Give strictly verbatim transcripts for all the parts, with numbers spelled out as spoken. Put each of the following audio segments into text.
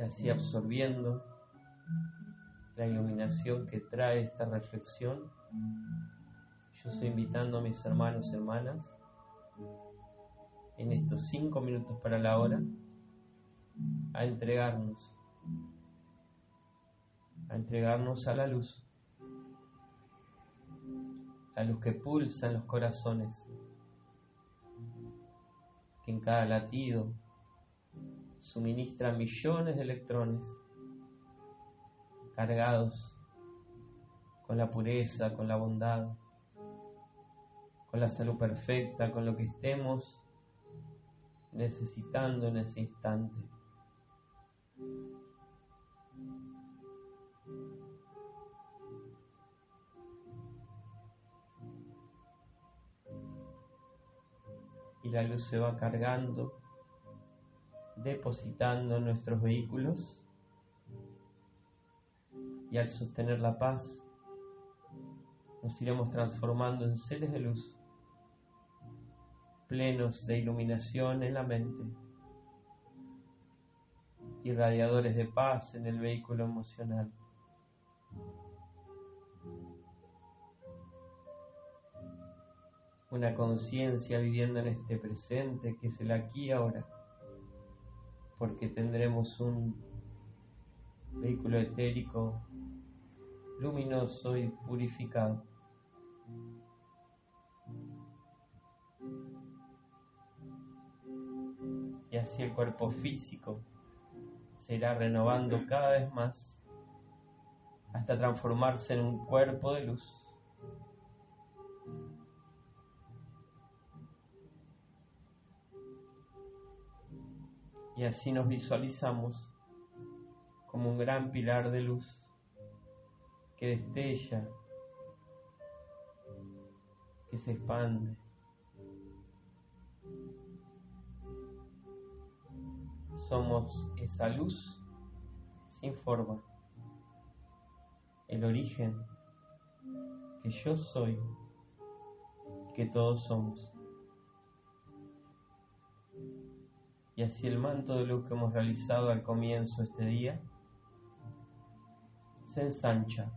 así absorbiendo la iluminación que trae esta reflexión, yo estoy invitando a mis hermanos y hermanas en estos cinco minutos para la hora a entregarnos, a entregarnos a la luz, la luz que pulsa en los corazones, que en cada latido suministra millones de electrones cargados con la pureza, con la bondad, con la salud perfecta, con lo que estemos necesitando en ese instante. Y la luz se va cargando, depositando en nuestros vehículos, y al sostener la paz nos iremos transformando en seres de luz, plenos de iluminación en la mente, irradiadores de paz en el vehículo emocional. Una conciencia viviendo en este presente que es el aquí y ahora, porque tendremos un vehículo etérico luminoso y purificado. Y así el cuerpo físico se irá renovando cada vez más hasta transformarse en un cuerpo de luz. Y así nos visualizamos como un gran pilar de luz que destella, que se expande. Somos esa luz sin forma, el origen que yo soy, que todos somos. Y así el manto de luz que hemos realizado al comienzo de este día se ensancha,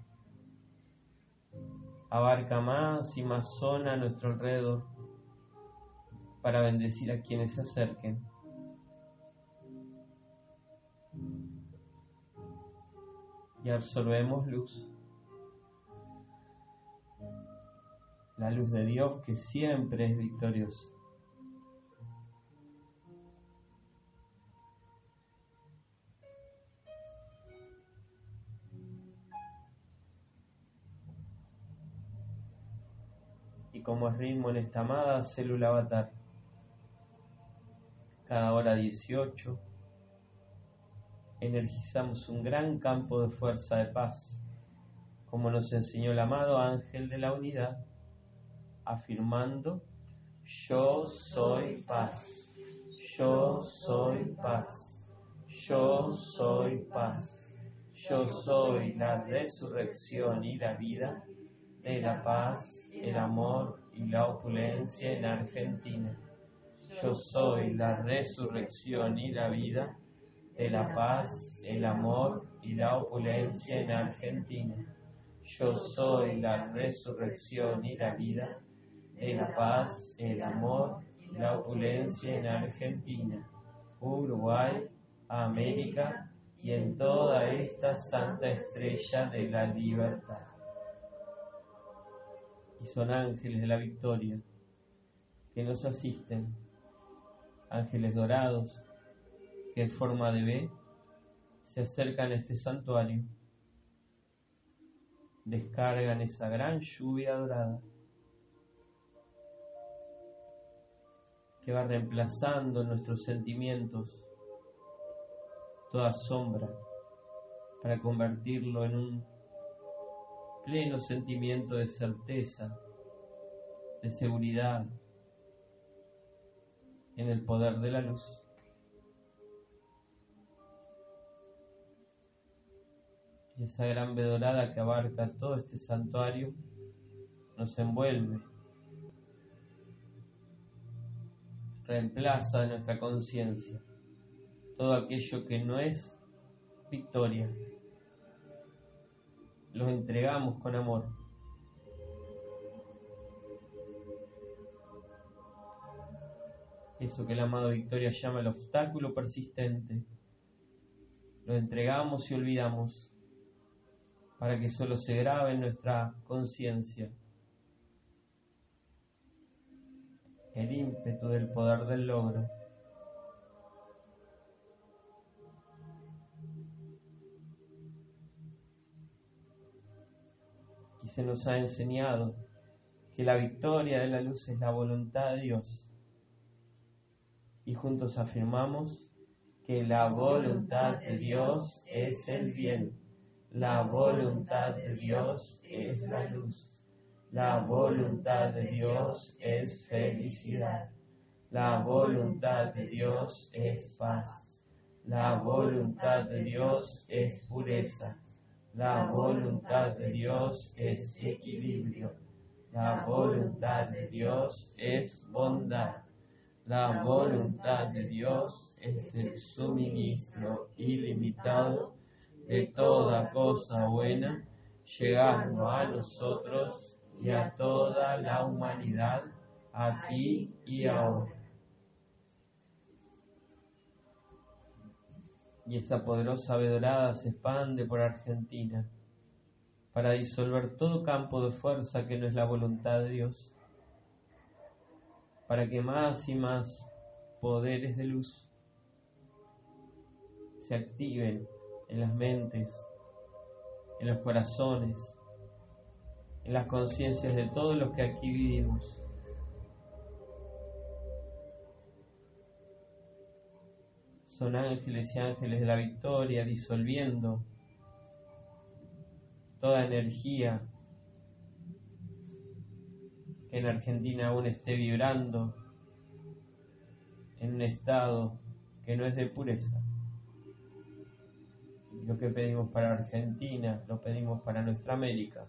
abarca más y más zona a nuestro alrededor para bendecir a quienes se acerquen. Y absorbemos luz, la luz de Dios que siempre es victoriosa. Y como es ritmo en esta amada célula avatar, cada hora dieciocho energizamos un gran campo de fuerza de paz, como nos enseñó el amado ángel de la unidad, afirmando: yo soy paz, yo soy paz, yo soy paz, yo soy la resurrección y la vida de la paz, el amor y la opulencia en Argentina. Yo soy la resurrección y la vida de la paz, el amor y la opulencia en Argentina. Yo soy la resurrección y la vida de la paz, el amor y la opulencia en Argentina, Uruguay, América y en toda esta santa estrella de la libertad. Y son ángeles de la victoria que nos asisten, ángeles dorados que en forma de V se acercan a este santuario, descargan esa gran lluvia dorada que va reemplazando en nuestros sentimientos toda sombra para convertirlo en un pleno sentimiento de certeza, de seguridad en el poder de la luz. Y esa gran V dorada que abarca todo este santuario nos envuelve, reemplaza de nuestra conciencia todo aquello que no es victoria. Los entregamos con amor. Eso que el amado Victoria llama el obstáculo persistente, lo entregamos y olvidamos para que solo se grabe en nuestra conciencia el ímpetu del poder del logro. Y se nos ha enseñado que la victoria de la luz es la voluntad de Dios. Y juntos afirmamos que la voluntad de Dios es el bien, la voluntad de Dios es la luz, la voluntad de Dios es felicidad, la voluntad de Dios es paz, la voluntad de Dios es pureza, la voluntad de Dios es equilibrio, la voluntad de Dios es bondad. La voluntad de Dios es el suministro ilimitado de toda cosa buena, llegando a nosotros y a toda la humanidad, aquí y ahora. Y esa poderosa ave dorada se expande por Argentina para disolver todo campo de fuerza que no es la voluntad de Dios, para que más y más poderes de luz se activen en las mentes, en los corazones, en las conciencias de todos los que aquí vivimos. Son ángeles y ángeles de la victoria disolviendo toda energía que en Argentina aún esté vibrando en un estado que no es de pureza. Y lo que pedimos para Argentina, lo pedimos para nuestra América.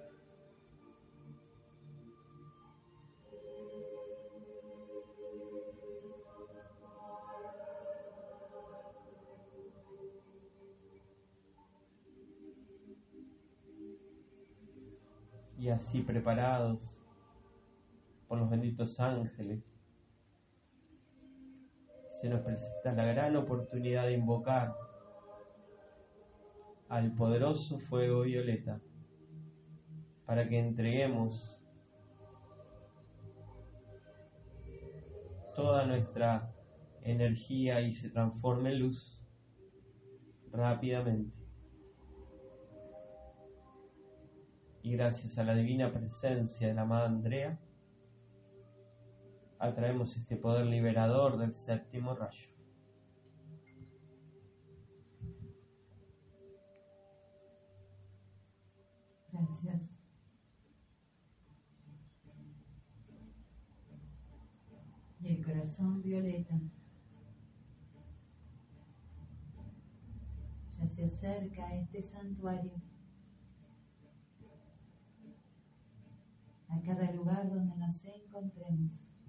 Y así preparados por los benditos ángeles, se nos presenta la gran oportunidad de invocar al poderoso fuego violeta para que entreguemos toda nuestra energía y se transforme en luz rápidamente. Y gracias a la divina presencia de la amada Andrea, atraemos este poder liberador del séptimo rayo. Gracias. Y el corazón violeta ya se acerca a este santuario, a cada lugar donde nos encontremos.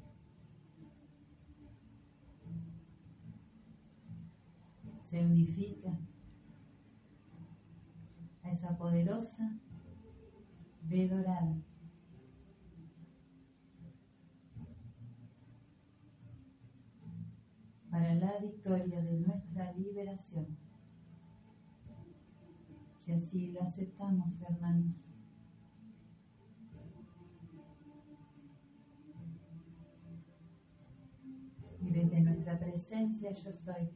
Se unifica a esa poderosa V dorada. Para la victoria de nuestra liberación. Si así lo aceptamos, hermanos. Y desde nuestra presencia yo soy,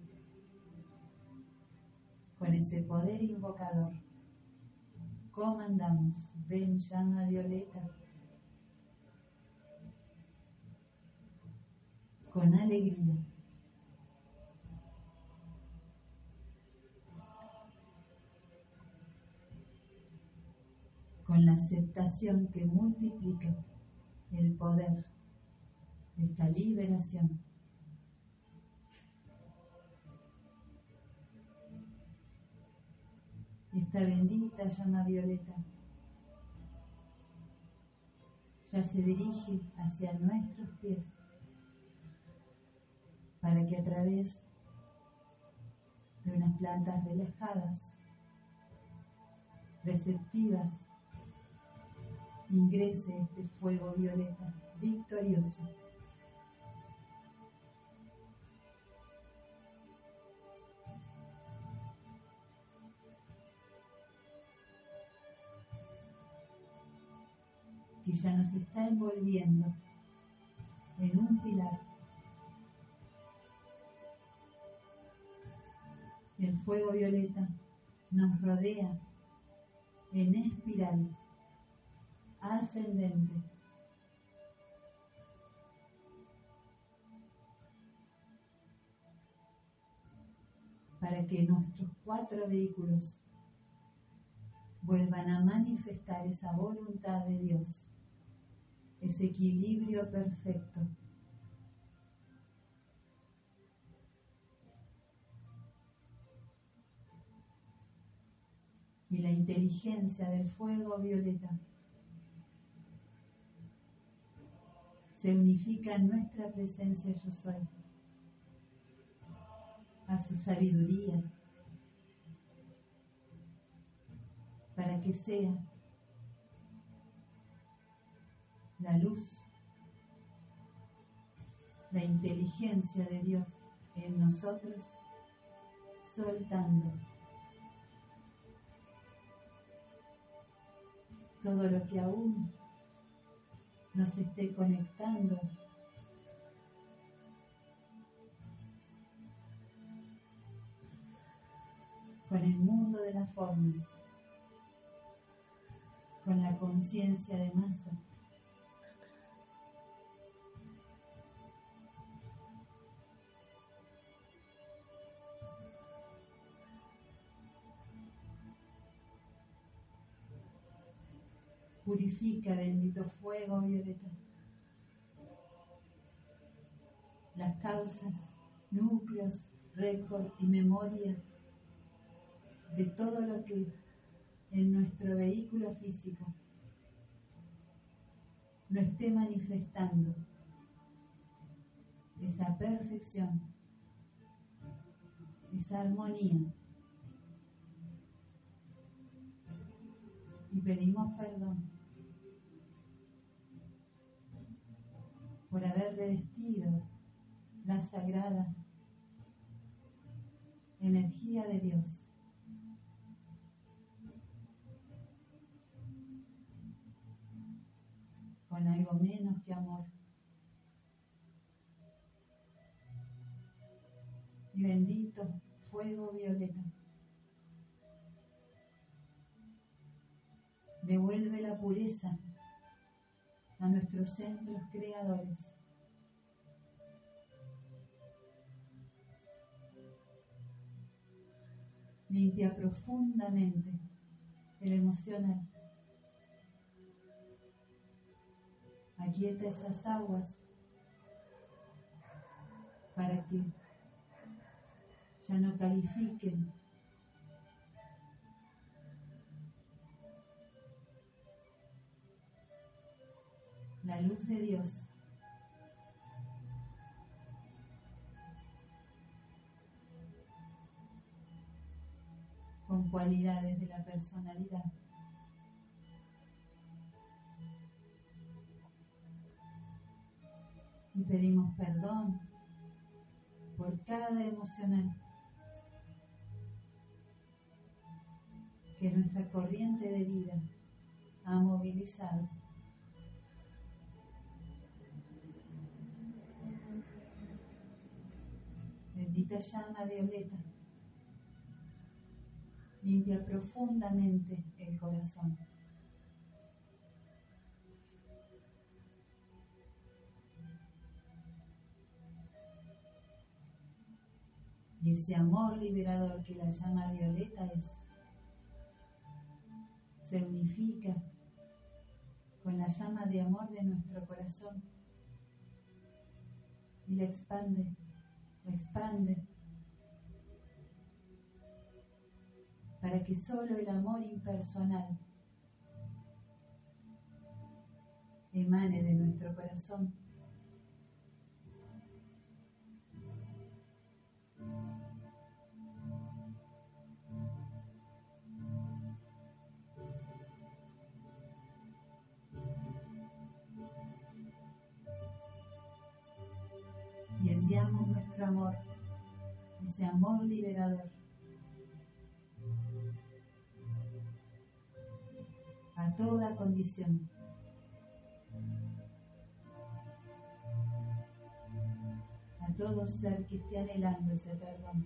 con ese poder invocador, comandamos, ven llama violeta, con alegría, con la aceptación que multiplica el poder de esta liberación. Esta bendita llama violeta ya se dirige hacia nuestros pies para que a través de unas plantas relajadas, receptivas, ingrese este fuego violeta victorioso. Que ya nos está envolviendo en un pilar. El fuego violeta nos rodea en espiral ascendente. Para que nuestros cuatro vehículos vuelvan a manifestar esa voluntad de Dios, ese equilibrio perfecto. Y la inteligencia del fuego violeta se unifica en nuestra presencia yo soy, a su sabiduría, para que sea la luz, la inteligencia de Dios en nosotros, soltando todo lo que aún nos esté conectando con el mundo de las formas, con la conciencia de masa. Purifica, bendito fuego violeta, las causas, núcleos, récord y memoria de todo lo que en nuestro vehículo físico no esté manifestando esa perfección, esa armonía. Y pedimos perdón por haber revestido la sagrada energía de Dios con algo menos que amor. Y bendito fuego violeta, devuelve la pureza a nuestros centros creadores. Limpia profundamente el emocional. Aquieta esas aguas para que ya no califiquen la luz de Dios con cualidades de la personalidad. Y pedimos perdón por cada emocional que nuestra corriente de vida ha movilizado. Bendita llama violeta, limpia profundamente el corazón. Y ese amor liberador que la llama violeta es, se unifica con la llama de amor de nuestro corazón y la expande, la expande, para que solo el amor impersonal emane de nuestro corazón. enviamos nuestro amor, ese amor liberador, a toda condición. A todo ser que esté anhelando ese perdón.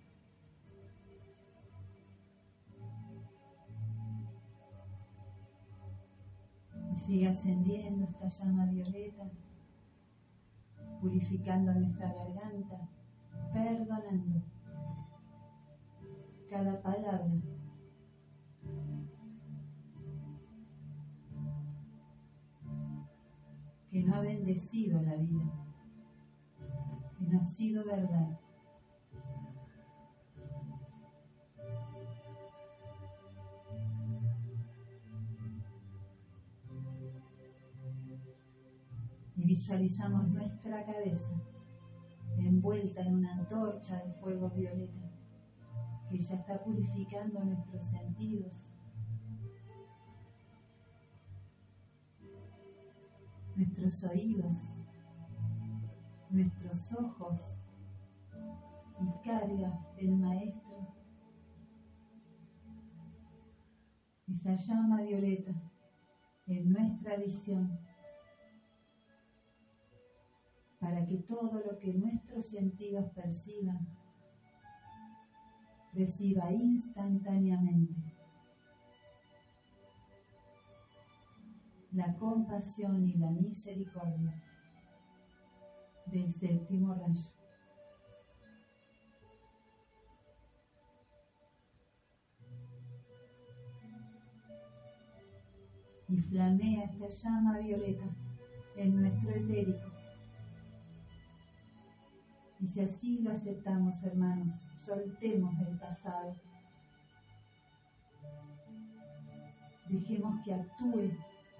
Y sigue ascendiendo esta llama violeta, purificando nuestra garganta, perdonando cada palabra que no ha bendecido la vida, que no ha sido verdad. Y visualizamos nuestra cabeza envuelta en una antorcha de fuego violeta que ya está purificando nuestros sentidos, nuestros oídos, nuestros ojos, y carga del Maestro esa llama violeta en nuestra visión, para que todo lo que nuestros sentidos perciban reciba instantáneamente la compasión y la misericordia del séptimo rayo. Y flamea esta llama violeta en nuestro etérico. Y si así lo aceptamos, hermanos, soltemos el pasado. Dejemos que actúe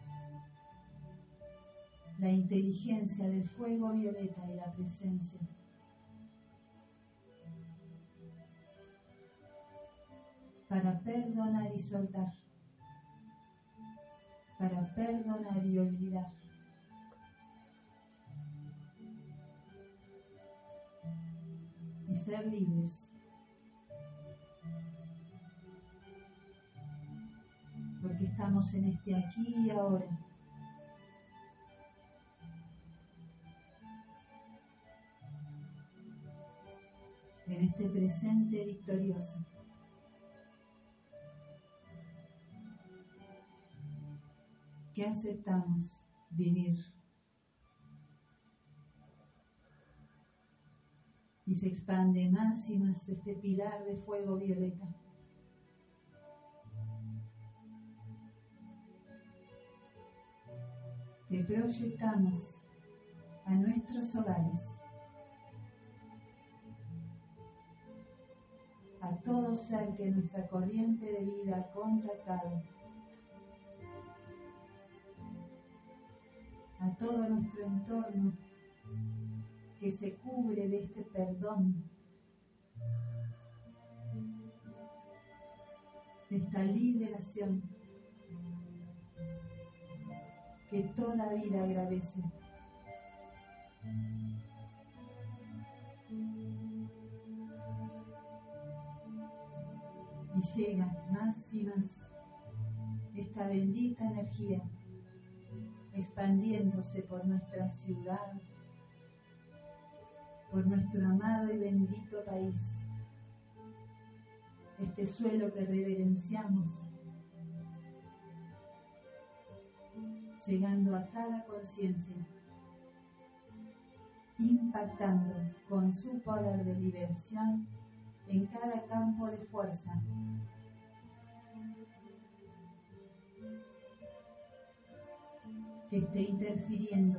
la inteligencia del fuego violeta y la presencia. Para perdonar y soltar. Para perdonar y olvidar. Y ser libres. Porque estamos en este aquí y ahora. En este presente victorioso. Que aceptamos vivir. Y se expande más y más este pilar de fuego violeta. Que proyectamos a nuestros hogares, a todo ser que nuestra corriente de vida ha contactado, a todo nuestro entorno que se cubre de este perdón, de esta liberación que toda vida agradece. Y llega más y más esta bendita energía expandiéndose por nuestra ciudad, por nuestro amado y bendito país, este suelo que reverenciamos, llegando a cada conciencia, impactando con su poder de liberación en cada campo de fuerza. Que esté interfiriendo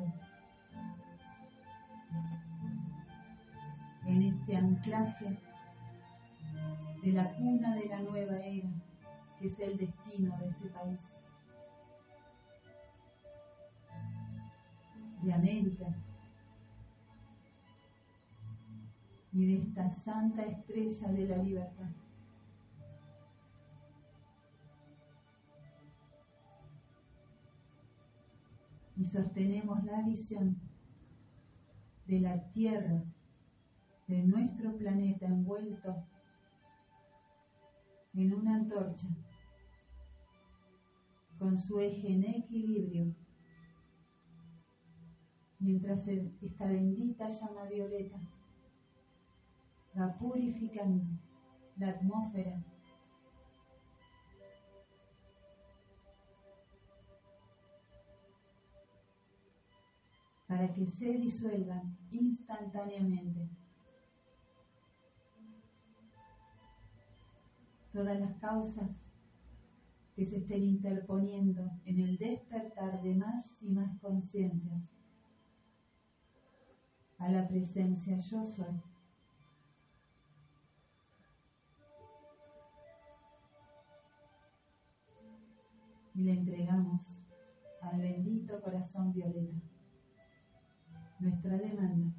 en este anclaje de la cuna de la nueva era, que es el destino de este país, de América, y de esta santa estrella de la libertad. Y sostenemos la visión de la tierra de nuestro planeta envuelto en una antorcha, con su eje en equilibrio, mientras el, esta bendita llama violeta va purificando la atmósfera para que se disuelvan instantáneamente todas las causas que se estén interponiendo en el despertar de más y más conciencias a la presencia yo soy. Y le entregamos al bendito corazón violeta nuestra demanda.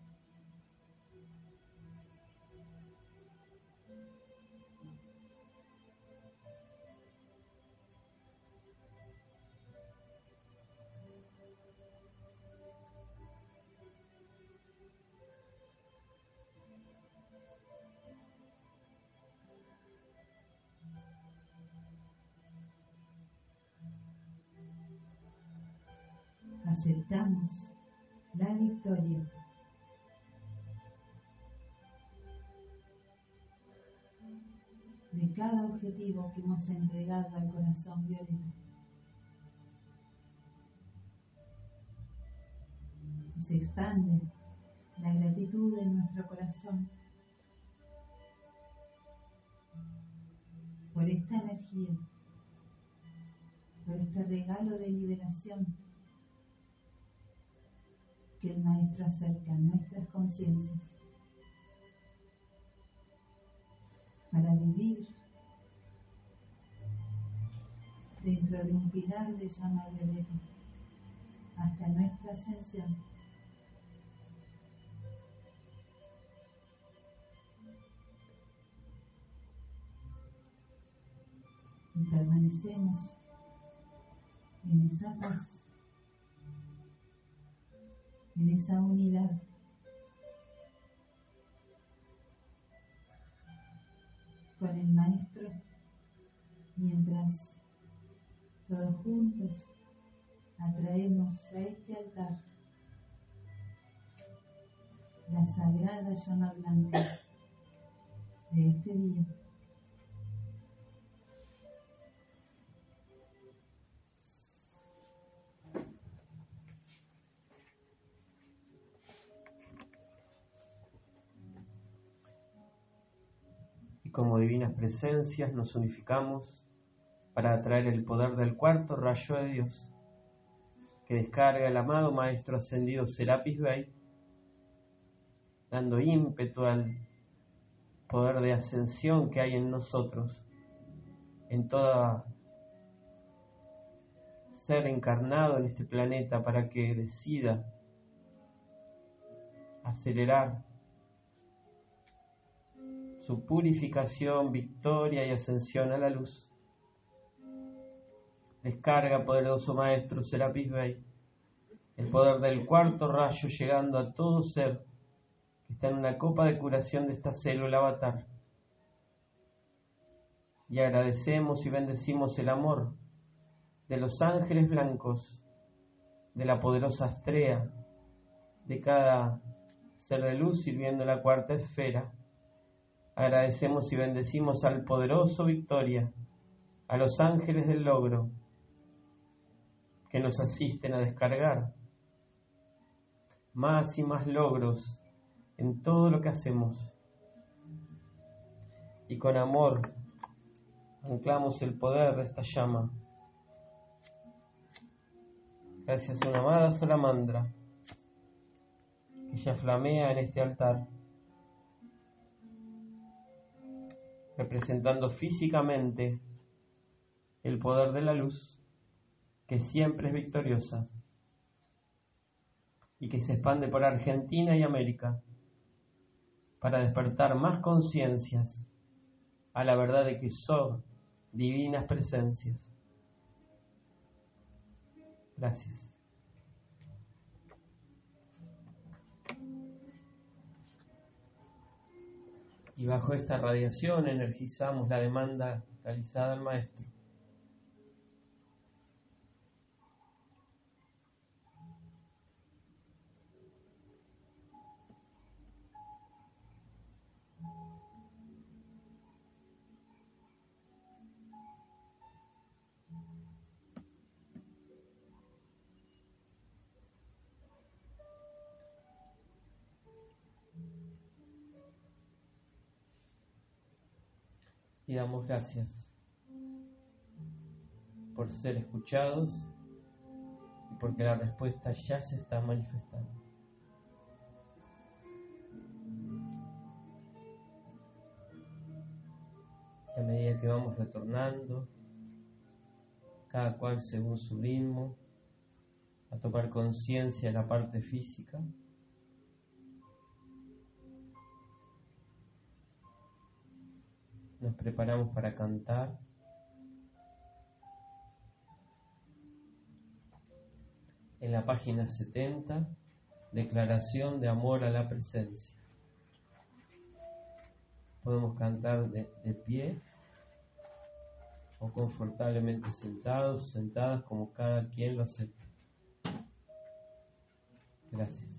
Aceptamos la victoria. De cada objetivo que hemos entregado al corazón violeta. Y se expande la gratitud en nuestro corazón por esta energía, por este regalo de liberación que el Maestro acerca a nuestras conciencias para vivir dentro de un pilar de llama violeta hasta nuestra ascensión. Y permanecemos en esa paz, en esa unidad, con el Maestro, mientras todos juntos atraemos a este altar la sagrada llama blanca de este día. Como divinas presencias nos unificamos para atraer el poder del cuarto rayo de Dios que descarga el amado Maestro Ascendido Serapis Bey, dando ímpetu al poder de ascensión que hay en nosotros, en todo ser encarnado en este planeta, para que decida acelerar su purificación, victoria y ascensión a la luz. Descarga, poderoso Maestro Serapis Bey, el poder del cuarto rayo llegando a todo ser que está en una copa de curación de esta célula avatar. Y agradecemos y bendecimos el amor de los ángeles blancos, de la poderosa Astrea, de cada ser de luz sirviendo la cuarta esfera. Agradecemos y bendecimos al poderoso Victoria, a los ángeles del logro, que nos asisten a descargar más y más logros en todo lo que hacemos. Y con amor anclamos el poder de esta llama. Gracias a una amada salamandra que ya flamea en este altar, representando físicamente el poder de la luz, que siempre es victoriosa y que se expande por Argentina y América para despertar más conciencias a la verdad de que son divinas presencias. Gracias. Y bajo esta radiación energizamos la demanda realizada al Maestro. Y damos gracias por ser escuchados y porque la respuesta ya se está manifestando. Y a medida que vamos retornando, cada cual según su ritmo, a tomar conciencia de la parte física, nos preparamos para cantar en la página setenta, Declaración de Amor a la Presencia. Podemos cantar de, de pie o confortablemente sentados, sentadas, como cada quien lo acepte. Gracias.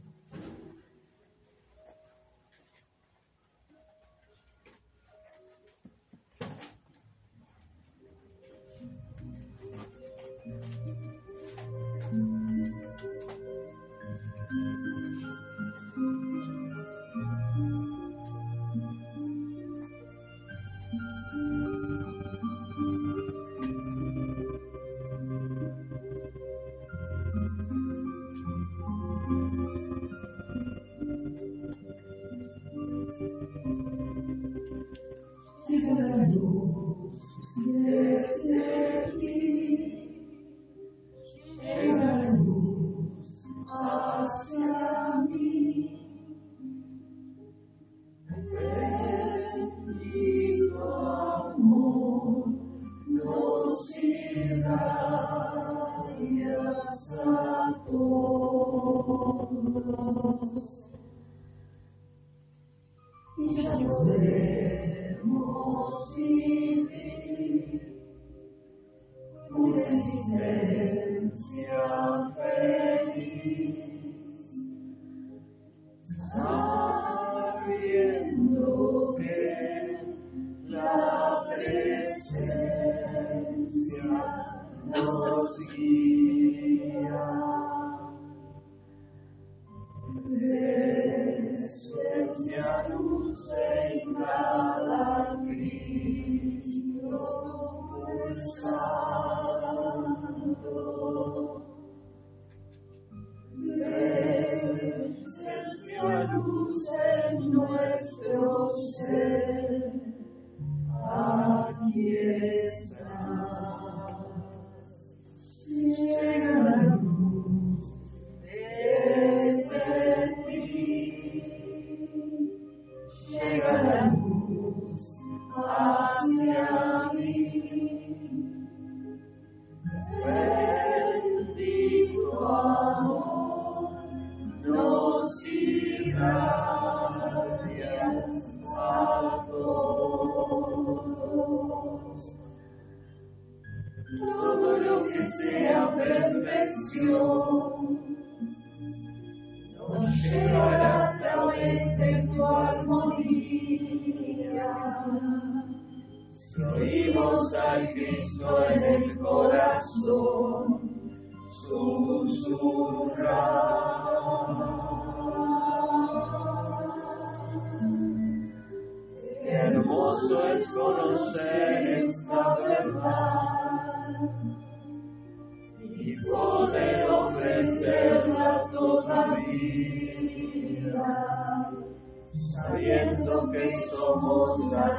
Sabiendo que somos la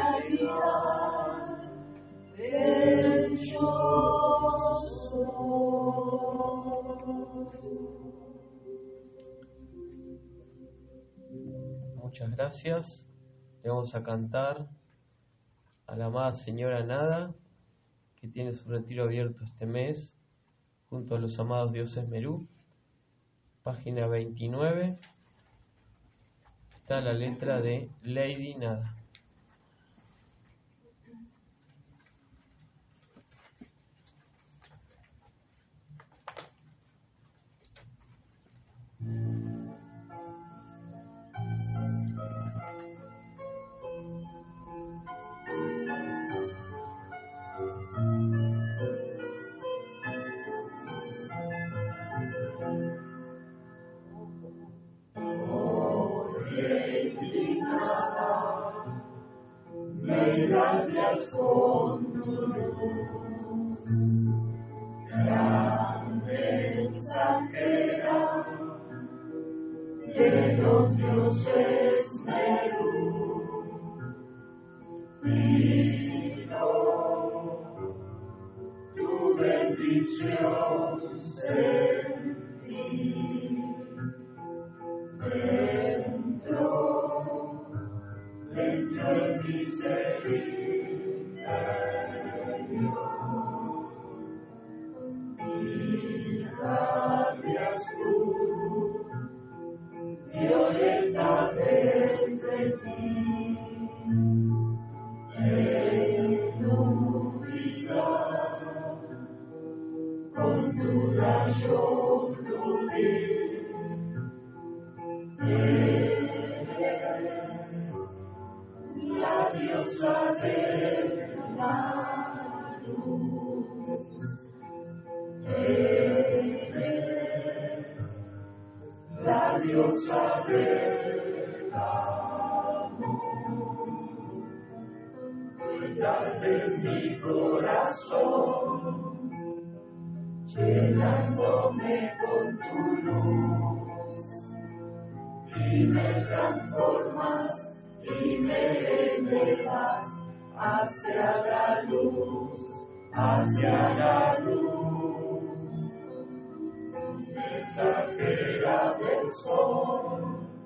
realidad del yo soy. Muchas gracias. Le vamos a cantar a la amada Señora Nada, que tiene su retiro abierto este mes, junto a los amados dioses Merú, página veintinueve. está la letra de Lady Nada. Gracias con tu luz, gran mensajera de los dioses Merú. Pido tu bendición sentir dentro, dentro de mi ser. Gracias tú, violeta desde ti, ilumina con tu rayo rubí. Eres la diosa de la luz. Eres la diosa del amor. Estás en mi corazón, llenándome con tu luz, y me transformas y me elevas hacia la luz, hacia la luz. Mensajera del sol,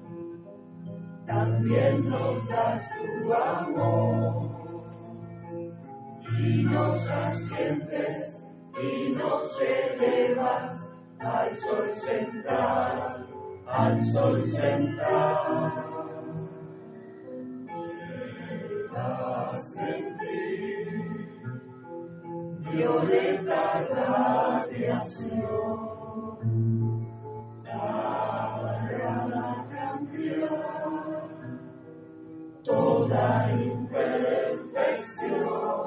también nos das tu amor, y nos asciendes y nos elevas al sol central, al sol central. Llevas en ti violeta radiación para cambiar toda imperfección.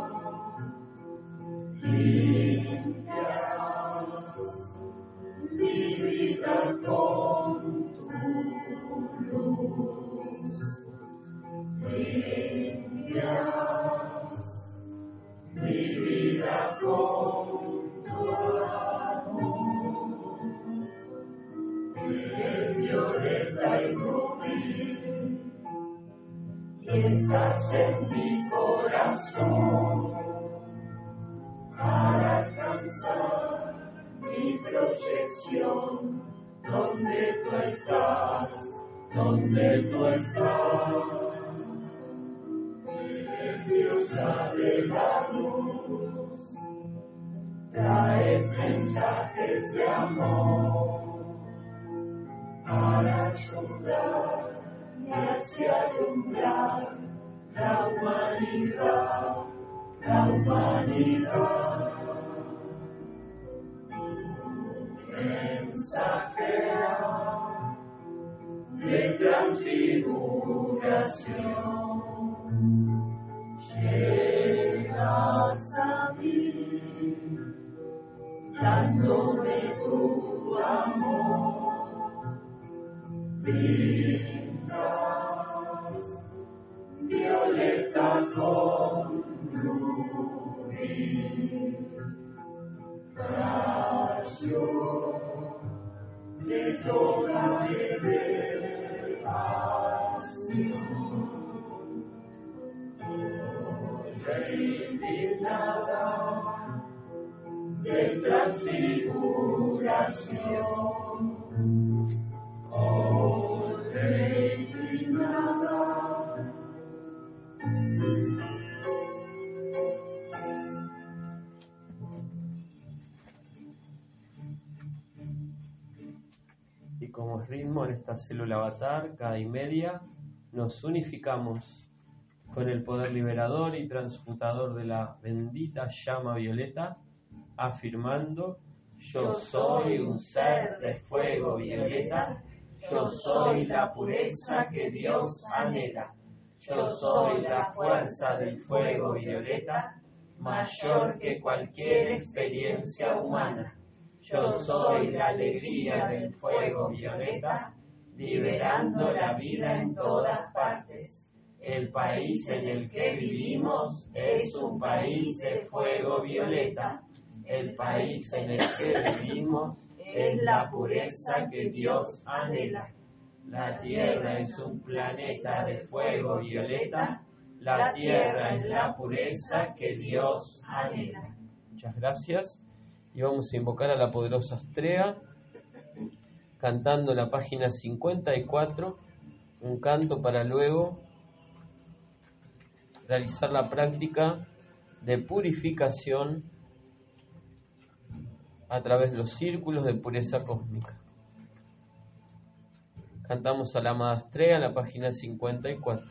Limpias mi vida con tu luz. Limpias mi vida con tu amor. Eres violeta y rubí, y estás en mi corazón para alcanzar mi proyección. Donde tú estás, donde tú estás, eres diosa de la luz, traes mensajes de amor para ayudar y hacia alumbrar la humanidad, la humanidad. Mensajera de transfiguración, llegas a mí, dándome tu amor. Brindas violeta con rubí, rayo de toda elevación. Lady Nada de transfiguración. Oh, Lady Nada. Y como ritmo en esta célula avatar, cada y media nos unificamos con el poder liberador y transmutador de la bendita llama violeta, afirmando: yo soy un ser de fuego violeta, yo soy la pureza que Dios anhela, yo soy la fuerza del fuego violeta, mayor que cualquier experiencia humana. Yo soy la alegría del fuego violeta, liberando la vida en todas partes. El país en el que vivimos es un país de fuego violeta. El país en el que vivimos es la pureza que Dios anhela. La Tierra es un planeta de fuego violeta. La Tierra es la pureza que Dios anhela. Muchas gracias. Y vamos a invocar a la poderosa Astrea, cantando la página cincuenta y cuatro, un canto para luego realizar la práctica de purificación a través de los círculos de pureza cósmica. Cantamos a la amada Astrea en la página cincuenta y cuatro.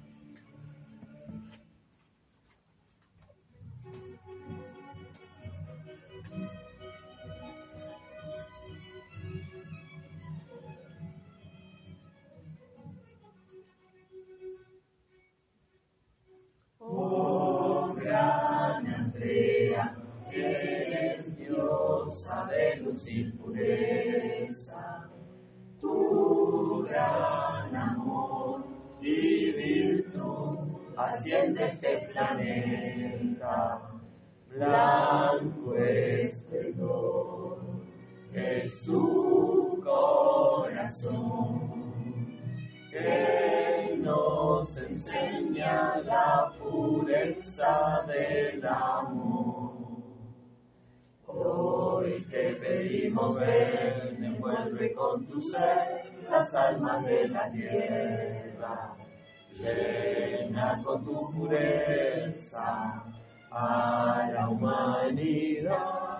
Oh gran Astrea, eres diosa de luz y pureza, tu gran amor y virtud asciende este planeta, blanco esplendor es tu corazón, que nos enseña la pureza del amor. Hoy te pedimos, ven, envuelve con tu ser las almas de la tierra, llena con tu pureza a la humanidad.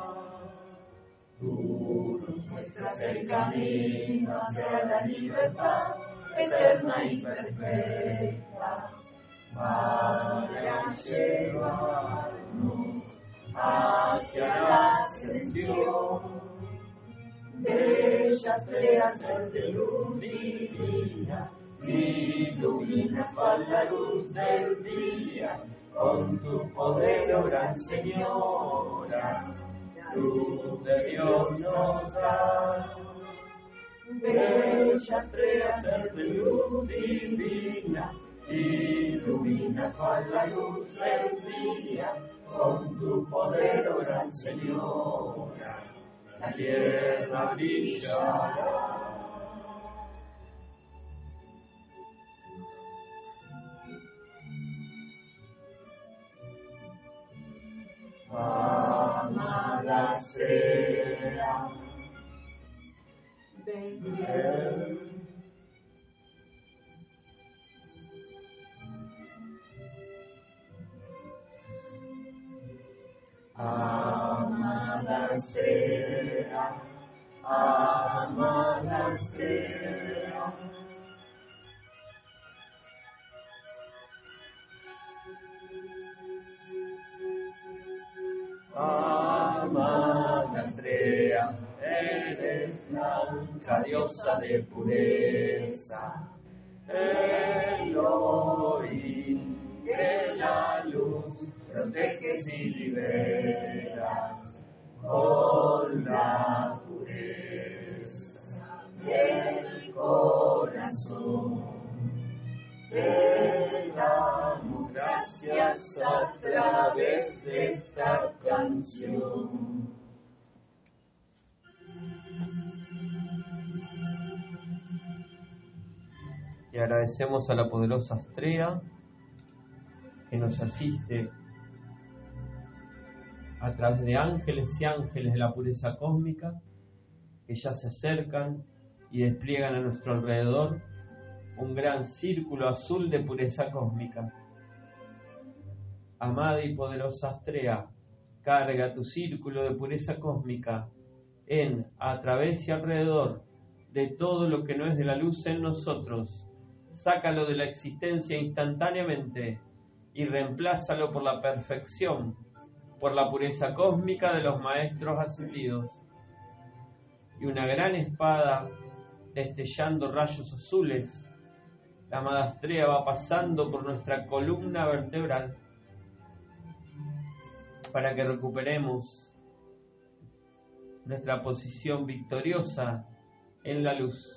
Tú nos muestras el camino hacia la libertad eterna y perfecta, para llevarnos hacia la ascensión. Bella Astrea, ser de luz divina, iluminas con la luz del día, con tu poder, oh gran Señora, luz de Dios nos das. Bella Astrea, ser de luz divina, ilumina con la luz del día, con tu poder, oh gran Señora, la tierra brillará. Amada Astrea, ven. Amada Astrea, amada Astrea, amada Astrea, eres blanca diosa de pureza, Elohim, que la luz proteges y liberas con la pureza del corazón. Te damos gracias a través de esta canción. Y agradecemos a la poderosa Astrea que nos asiste a través de ángeles y ángeles de la pureza cósmica que ya se acercan y despliegan a nuestro alrededor un gran círculo azul de pureza cósmica. Amada y poderosa Astrea, carga tu círculo de pureza cósmica en, a través y alrededor de todo lo que no es de la luz en nosotros, sácalo de la existencia instantáneamente y reemplázalo por la perfección, por la pureza cósmica de los maestros ascendidos. Y una gran espada, destellando rayos azules, la amada Astrea va pasando por nuestra columna vertebral para que recuperemos nuestra posición victoriosa en la luz.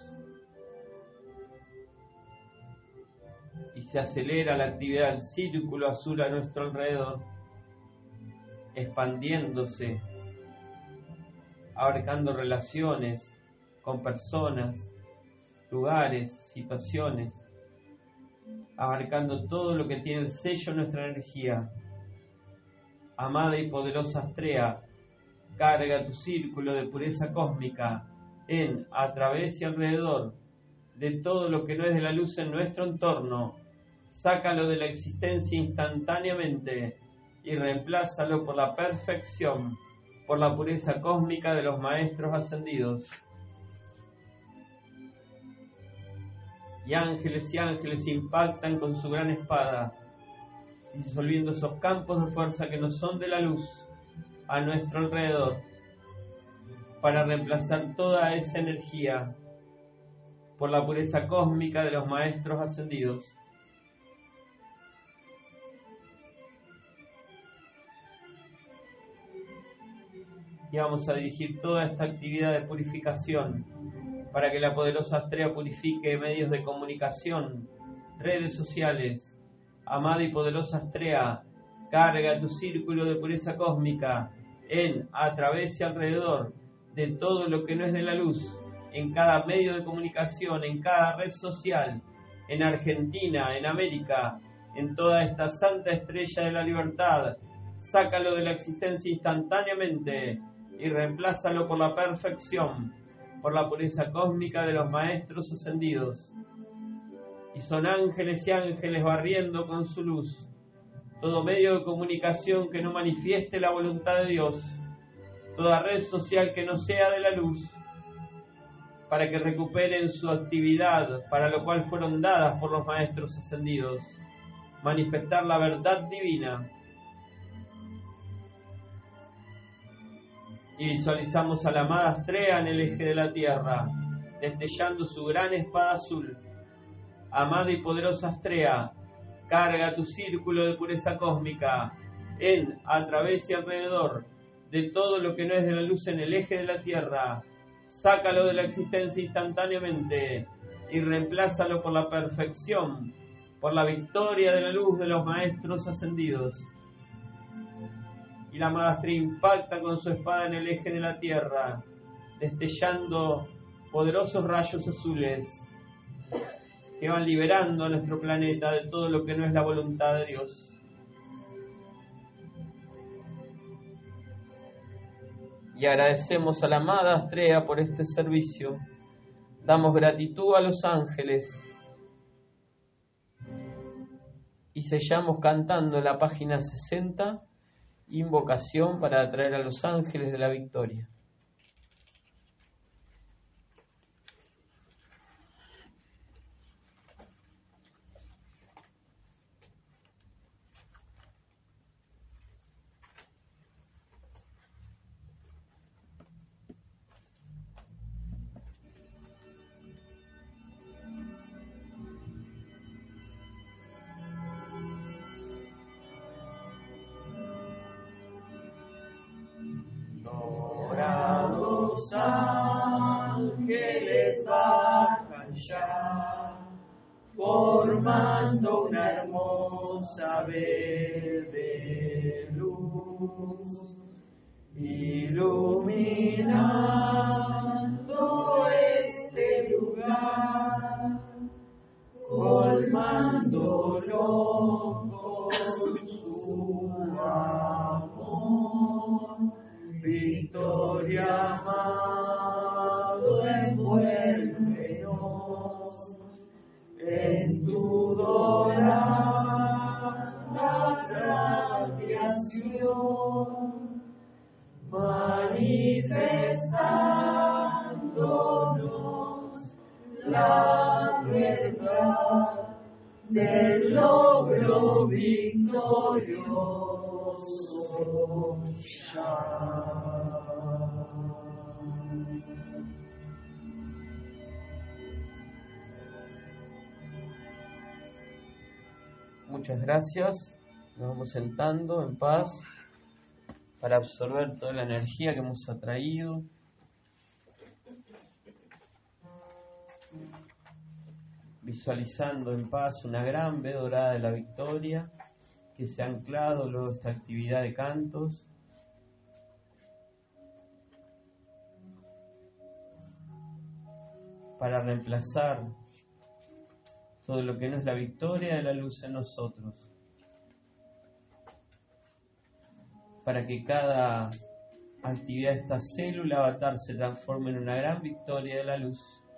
Y se acelera la actividad del círculo azul a nuestro alrededor, expandiéndose, abarcando relaciones con personas, lugares, situaciones, abarcando todo lo que tiene el sello de nuestra energía. Amada y poderosa Astrea, carga tu círculo de pureza cósmica en, a través y alrededor de todo lo que no es de la luz en nuestro entorno. Sácalo de la existencia instantáneamente y reemplázalo por la perfección, por la pureza cósmica de los maestros ascendidos. Y ángeles y ángeles impactan con su gran espada, disolviendo esos campos de fuerza que no son de la luz a nuestro alrededor, para reemplazar toda esa energía por la pureza cósmica de los maestros ascendidos. Y vamos a dirigir toda esta actividad de purificación para que la poderosa Astrea purifique medios de comunicación, redes sociales. Amada y poderosa Astrea, carga tu círculo de pureza cósmica en, a través y alrededor de todo lo que no es de la luz, en cada medio de comunicación, en cada red social, en Argentina, en América, en toda esta santa estrella de la libertad. Sácalo de la existencia instantáneamente y reemplázalo por la perfección, por la pureza cósmica de los maestros ascendidos. Y son ángeles y ángeles barriendo con su luz todo medio de comunicación que no manifieste la voluntad de Dios, toda red social que no sea de la luz, para que recuperen su actividad para lo cual fueron dadas por los maestros ascendidos, manifestar la verdad divina. Y visualizamos a la amada Astrea en el eje de la tierra, destellando su gran espada azul. Amada y poderosa Astrea, carga tu círculo de pureza cósmica en, a través y alrededor de todo lo que no es de la luz en el eje de la tierra. Sácalo de la existencia instantáneamente y reemplázalo por la perfección, por la victoria de la luz de los maestros ascendidos. Y la amada Astrea impacta con su espada en el eje de la tierra, destellando poderosos rayos azules que van liberando a nuestro planeta de todo lo que no es la voluntad de Dios. Y agradecemos a la amada Astrea por este servicio. Damos gratitud a los ángeles y sellamos cantando la página sesenta, invocación para atraer a los ángeles de la victoria. Ángeles bajan ya, formando una hermosa verde luz, iluminando este lugar, colmándolo con su amor. Victoria, amado, envuélvenos en tu dorada radiación, manifestándonos la la verdad del logro victorioso ya. Muchas gracias. Nos vamos sentando en paz para absorber toda la energía que hemos atraído. Visualizando en paz una gran V dorada de la victoria que se ha anclado luego de esta actividad de cantos. Para reemplazar todo lo que no es la victoria de la luz en nosotros. Para que cada actividad de esta célula avatar se transforme en una gran victoria de la luz.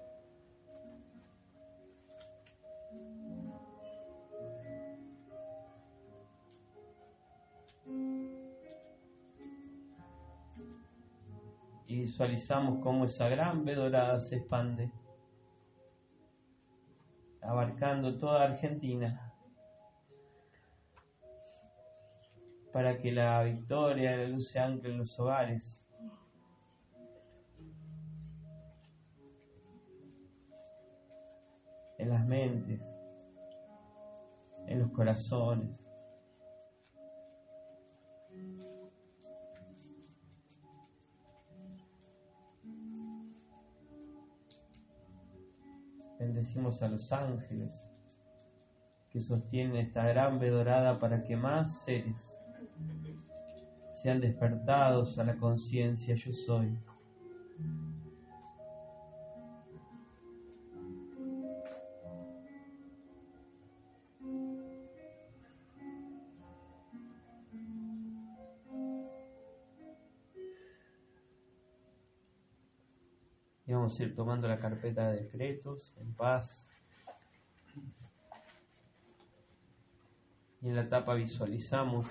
Y visualizamos cómo esa gran V dorada se expande, abarcando toda Argentina, para que la victoria de la luz se ancle en los hogares, en las mentes, en los corazones. Bendecimos a los ángeles que sostienen esta gran V dorada para que más seres sean despertados a la conciencia yo soy. Y vamos a ir tomando la carpeta de decretos en paz. Y en la tapa visualizamos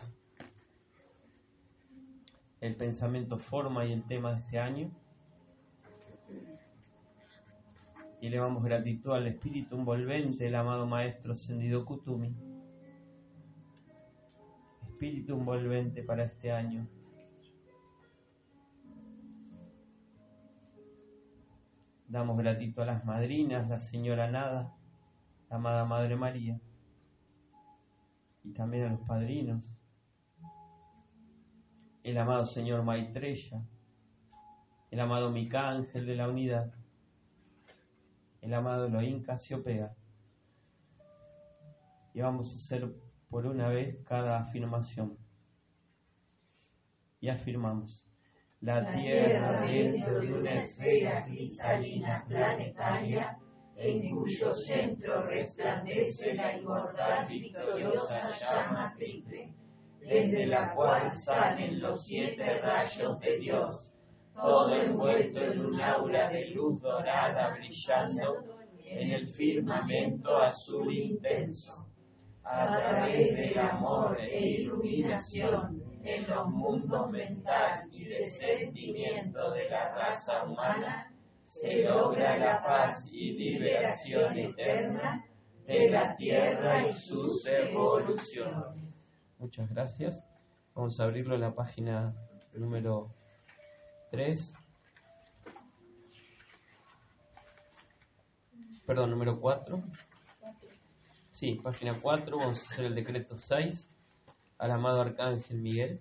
el pensamiento forma y el tema de este año. Y elevamos gratitud al espíritu envolvente del amado Maestro Ascendido Kutumi. Espíritu envolvente para este año. Damos gratitud a las madrinas, la Señora Nada, la amada Madre María, y también a los padrinos, el amado Señor Maitreya, el amado Mica Ángel de la Unidad, el amado Elohim Casiopea. Y vamos a hacer por una vez cada afirmación. Y afirmamos. La Tierra dentro de una esfera cristalina planetaria, en cuyo centro resplandece la inmortal victoriosa llama triple, desde la cual salen los siete rayos de Dios, todo envuelto en un aura de luz dorada brillando en el firmamento azul intenso, a través del amor e iluminación en los mundos mental y de sentimiento de la raza humana, se logra la paz y liberación eterna de la Tierra y sus evoluciones. Muchas gracias. Vamos a abrirlo en la página número tres. Perdón, número cuatro. Sí, página cuatro. Vamos a hacer el decreto seis. Al amado Arcángel Miguel.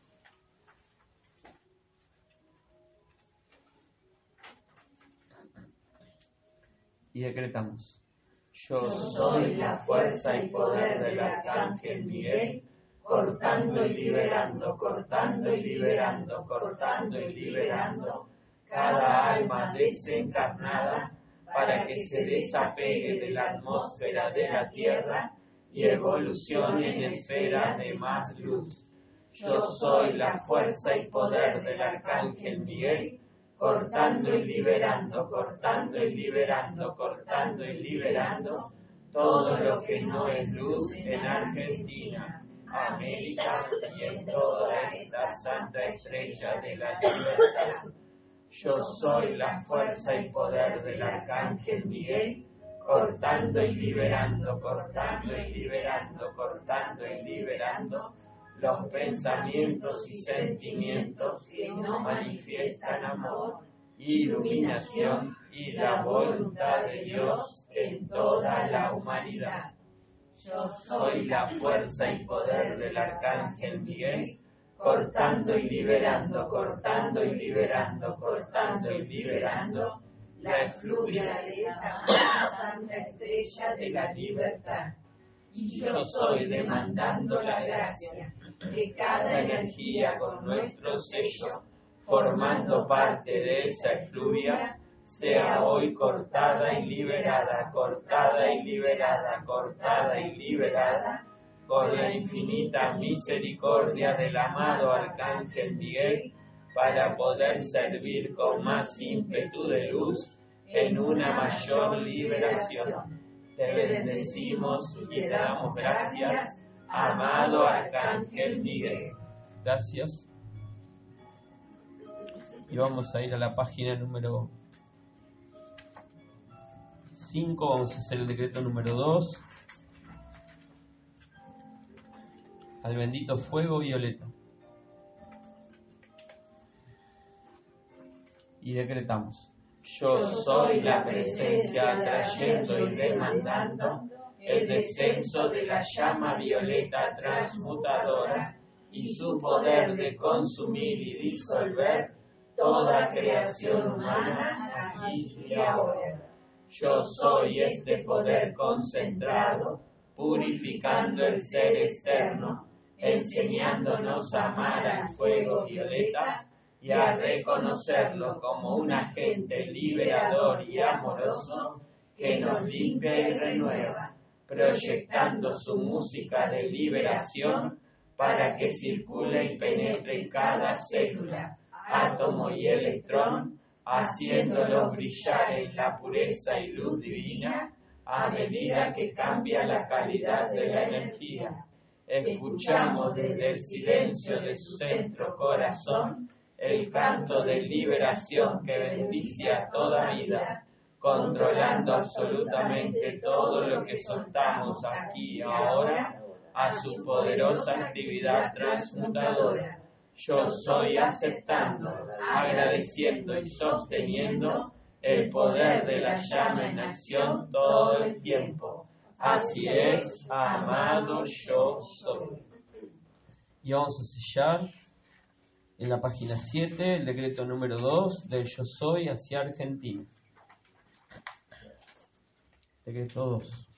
Y decretamos. Yo soy la fuerza y poder del Arcángel Miguel, cortando y liberando, cortando y liberando, cortando y liberando cada alma desencarnada para que se desapegue de la atmósfera de la Tierra y evolucione en esferas de más luz. Yo soy la fuerza y poder del Arcángel Miguel, cortando y liberando, cortando y liberando, cortando y liberando todo lo que no es luz en Argentina, América y en toda esta santa estrella de la libertad. Yo soy la fuerza y poder del Arcángel Miguel, cortando y liberando, cortando y liberando, cortando y liberando los pensamientos y sentimientos que no manifiestan amor, iluminación y la voluntad de Dios en toda la humanidad. Yo soy la fuerza y poder del Arcángel Miguel, cortando y liberando, cortando y liberando, cortando y liberando la efluvia de esta santa estrella de la libertad. Y yo soy demandando la gracia de cada energía con nuestro sello, formando parte de esa efluvia, sea hoy cortada y liberada, cortada y liberada, cortada y liberada, por la infinita misericordia del amado Arcángel Miguel, para poder servir con más ímpetu de luz en una mayor liberación. Te bendecimos y te damos gracias, amado Arcángel Miguel. Gracias. Y vamos a ir a la página número cinco, vamos a hacer el decreto número dos. Al bendito fuego violeta. Y decretamos: yo soy la presencia atrayendo y demandando el descenso de la llama violeta transmutadora y su poder de consumir y disolver toda creación humana aquí y ahora. Yo soy este poder concentrado, purificando el ser externo, enseñándonos a amar al fuego violeta y a reconocerlo como un agente liberador y amoroso que nos limpia y renueva, proyectando su música de liberación para que circule y penetre en cada célula, átomo y electrón, haciéndolos brillar en la pureza y luz divina a medida que cambia la calidad de la energía. Escuchamos desde el silencio de su centro corazón el canto de liberación que bendice a toda vida, controlando absolutamente todo lo que soltamos aquí y ahora a su poderosa actividad transmutadora. Yo soy aceptando, agradeciendo y sosteniendo el poder de la llama en acción todo el tiempo. Así es, amado yo soy. Y vamos a sellar en la página siete el decreto número dos del yo soy hacia Argentina. Decreto dos.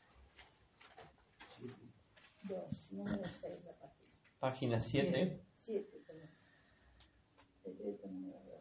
dos, número seis, la página. Página siete. siete, perdón. Decreto número dos.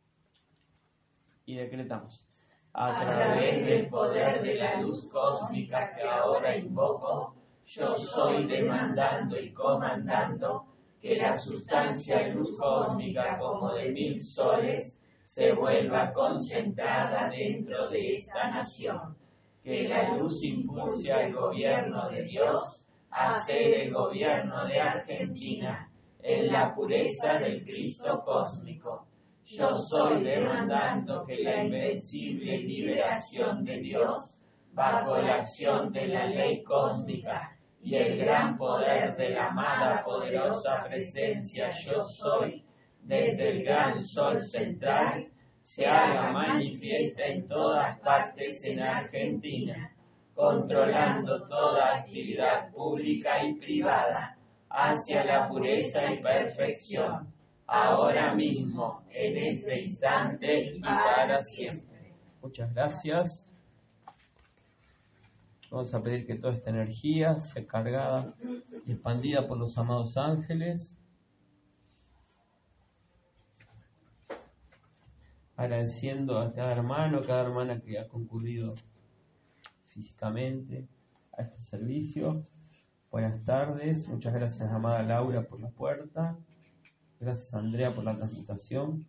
Y decretamos: a través del poder de la luz cósmica que ahora invoco, yo soy demandando y comandando que la sustancia luz cósmica como de mil soles se vuelva concentrada dentro de esta nación, que la luz impulse al gobierno de Dios a ser el gobierno de Argentina en la pureza del Cristo cósmico. Yo soy demandando que la invencible liberación de Dios, bajo la acción de la ley cósmica y el gran poder de la amada poderosa presencia yo soy, desde el gran sol central, se haga manifiesta en todas partes en Argentina, controlando toda actividad pública y privada hacia la pureza y perfección, ahora mismo, en este instante y para siempre. Muchas gracias. Vamos a pedir que toda esta energía sea cargada y expandida por los amados ángeles. Agradeciendo a cada hermano, cada hermana que ha concurrido físicamente a este servicio. Buenas tardes. Muchas gracias, amada Laura, por la puerta. Gracias, Andrea, por la transmutación.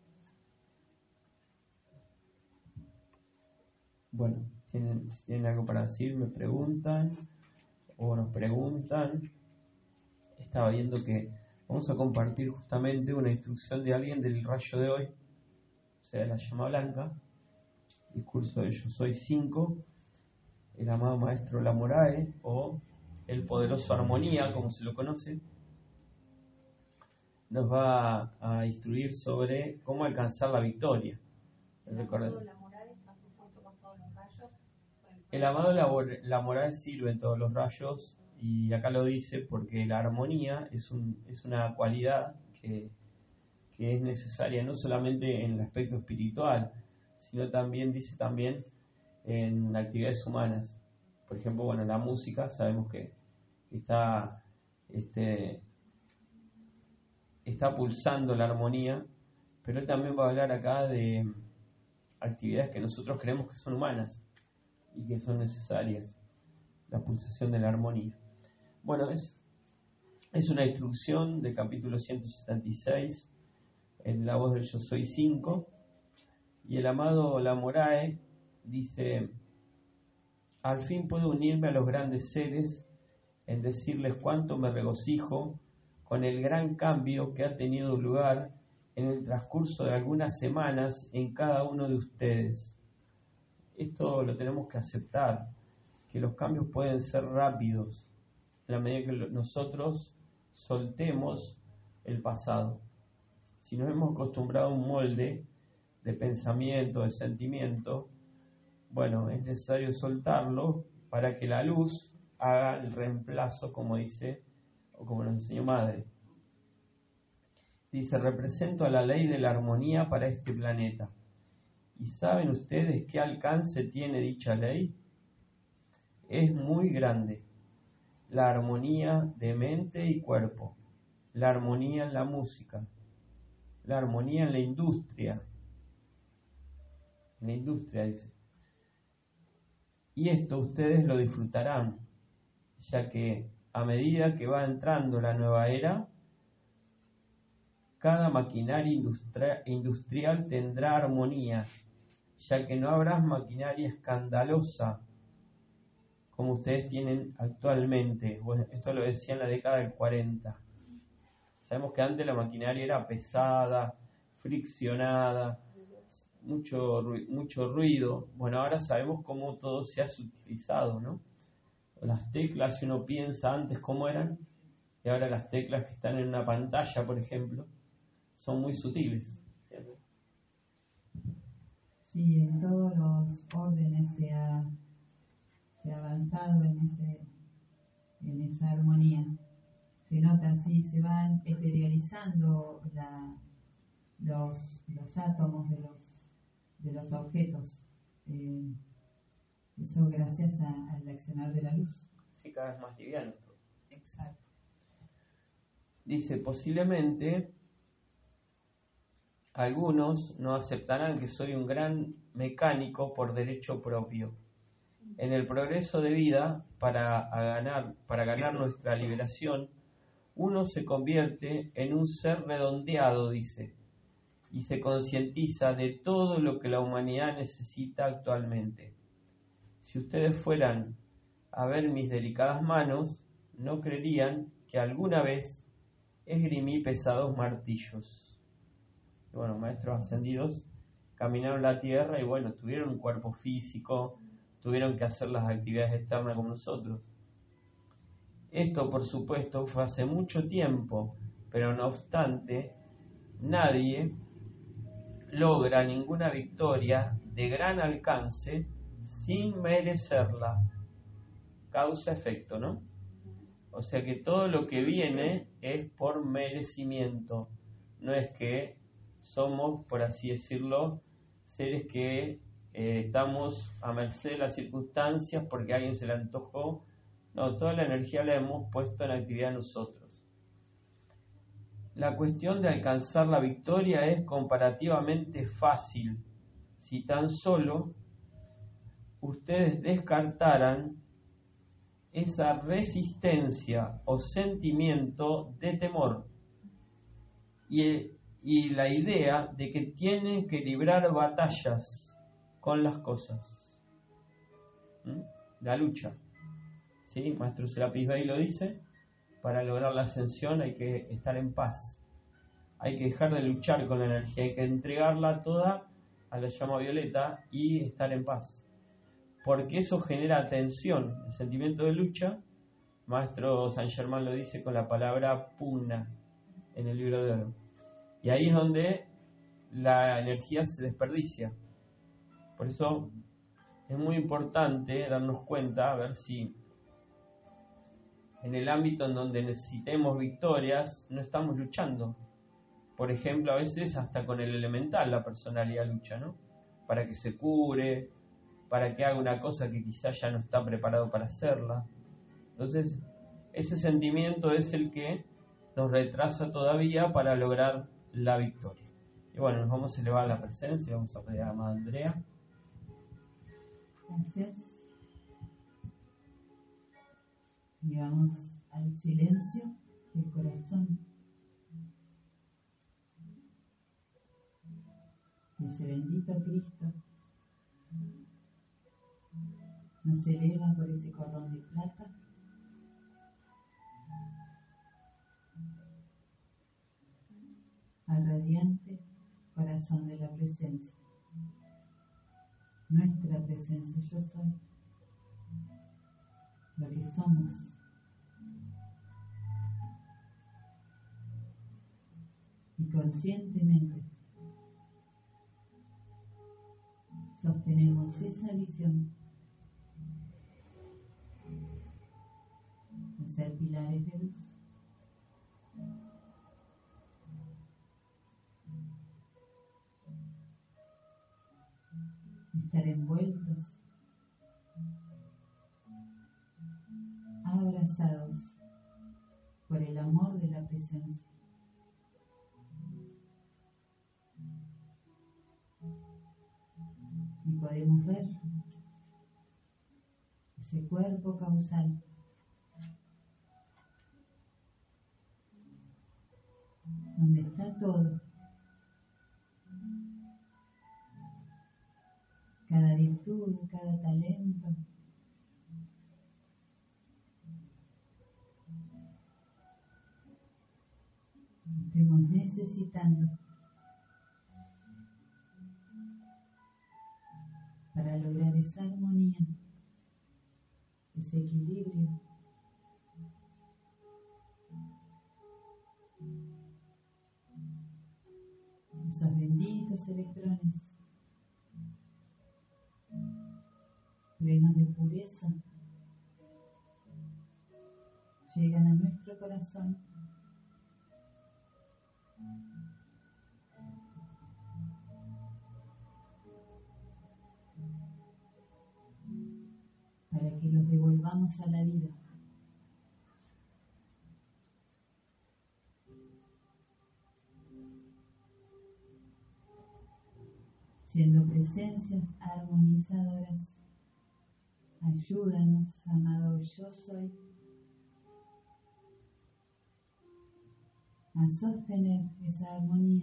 Bueno, ¿tienen, si tienen algo para decir, me preguntan o nos preguntan. Estaba viendo que vamos a compartir justamente una instrucción de alguien del rayo de hoy, o sea, de la llama blanca, discurso de Yo Soy cinco, el amado Maestro Lamorae, o el poderoso Armonía, como se lo conoce, nos va a instruir sobre cómo alcanzar la victoria. Recuerden. El amado Lamorae sirve en todos los rayos, y acá lo dice porque la armonía es, un, es una cualidad que, que es necesaria no solamente en el aspecto espiritual, sino también, dice también, en actividades humanas. Por ejemplo, bueno, la música sabemos que está, este, está pulsando la armonía, pero él también va a hablar acá de actividades que nosotros creemos que son humanas y que son necesarias, la pulsación de la armonía. Bueno, es, es una instrucción del capítulo ciento setenta y seis, en la voz del Yo Soy cinco, y el amado Lamorae dice: al fin puedo unirme a los grandes seres en decirles cuánto me regocijo con el gran cambio que ha tenido lugar en el transcurso de algunas semanas en cada uno de ustedes. Esto lo tenemos que aceptar, que los cambios pueden ser rápidos en la medida que nosotros soltemos el pasado. Si nos hemos acostumbrado a un molde de pensamiento, de sentimiento, bueno, es necesario soltarlo para que la luz haga el reemplazo, como dice, o como nos enseñó Madre. Dice: represento a la ley de la armonía para este planeta. ¿Y saben ustedes qué alcance tiene dicha ley? Es muy grande. La armonía de mente y cuerpo, la armonía en la música, la armonía en la industria. En la industria, dice. Y esto ustedes lo disfrutarán, ya que a medida que va entrando la nueva era, cada maquinaria industria, industrial tendrá armonía, ya que no habrá maquinaria escandalosa como ustedes tienen actualmente. Bueno, esto lo decía en la década del cuarenta. Sabemos que antes la maquinaria era pesada, friccionada, mucho, mucho ruido. Bueno, ahora sabemos cómo todo se ha sutilizado, ¿no? Las teclas, si uno piensa antes cómo eran, y ahora las teclas que están en una pantalla, por ejemplo, son muy sutiles. ¿Cierto? Sí, en todos los órdenes se ha, se ha avanzado en, ese, en esa armonía. Se nota así, se van eterealizando la, los, los átomos de los, de los objetos. Eh, eso gracias a, al accionar de la luz. Sí, cada vez más liviano. Exacto. Dice: posiblemente algunos no aceptarán que soy un gran mecánico por derecho propio. En el progreso de vida, para ganar, para ganar nuestra liberación, uno se convierte en un ser redondeado, dice, y se concientiza de todo lo que la humanidad necesita actualmente. Si ustedes fueran a ver mis delicadas manos, no creerían que alguna vez esgrimí pesados martillos. Y bueno, maestros ascendidos caminaron la tierra y bueno, tuvieron un cuerpo físico, tuvieron que hacer las actividades externas como nosotros. Esto, por supuesto, fue hace mucho tiempo, pero no obstante, nadie logra ninguna victoria de gran alcance sin merecerla. Causa-efecto, ¿no? O sea que todo lo que viene es por merecimiento. No es que somos, por así decirlo, seres que eh, estamos a merced de las circunstancias porque a alguien se le antojó. No, toda la energía la hemos puesto en actividad nosotros. La cuestión de alcanzar la victoria es comparativamente fácil si tan solo ustedes descartaran esa resistencia o sentimiento de temor y, y la idea de que tienen que librar batallas con las cosas. ¿Mm? La lucha. ¿Sí? Maestro Serapis Bey lo dice: para lograr la ascensión hay que estar en paz. Hay que dejar de luchar con la energía, hay que entregarla toda a la llama violeta y estar en paz. porque eso genera tensión, el sentimiento de lucha. Maestro Saint Germain lo dice con la palabra pugna en el libro de oro. Y ahí es donde la energía se desperdicia. Por eso es muy importante darnos cuenta, a ver si en el ámbito en donde necesitemos victorias no estamos luchando. Por ejemplo, a veces hasta con el elemental la personalidad lucha, ¿no? Para que se cure, para que haga una cosa que quizás ya no está preparado para hacerla. Entonces, ese sentimiento es el que nos retrasa todavía para lograr la victoria. Y bueno, nos vamos a elevar a la presencia, vamos a pedir a la amada Andrea. Gracias. Llegamos al silencio del corazón. Ese bendito Cristo nos eleva por ese cordón de plata al radiante corazón de la presencia. Nuestra presencia, yo soy lo que somos. Y conscientemente sostenemos esa visión de ser pilares de luz. Estar envueltos, abrazados por el amor de la presencia. Y podemos ver ese cuerpo causal donde está todo, cada virtud, cada talento, estemos necesitando para lograr esa armonía, ese equilibrio. Esos benditos electrones plenos de pureza llegan a nuestro corazón para que los devolvamos a la vida. Siendo presencias armonizadoras, ayúdanos, amado yo soy, a sostener esa armonía.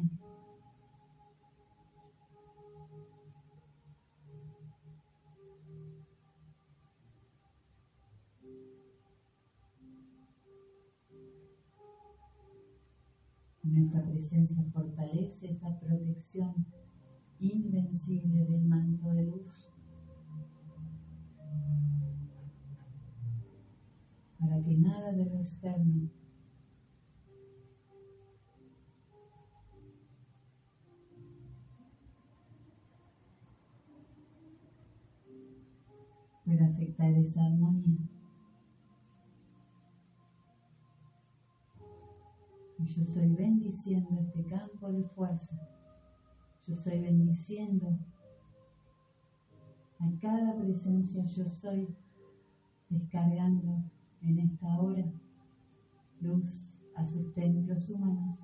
Nuestra presencia fortalece esa protección invencible del manto de luz para que nada de lo externo pueda afectar esa armonía. Y yo estoy bendiciendo este campo de fuerza. Yo estoy bendiciendo a cada presencia yo soy, descargando en esta hora luz a sus templos humanos.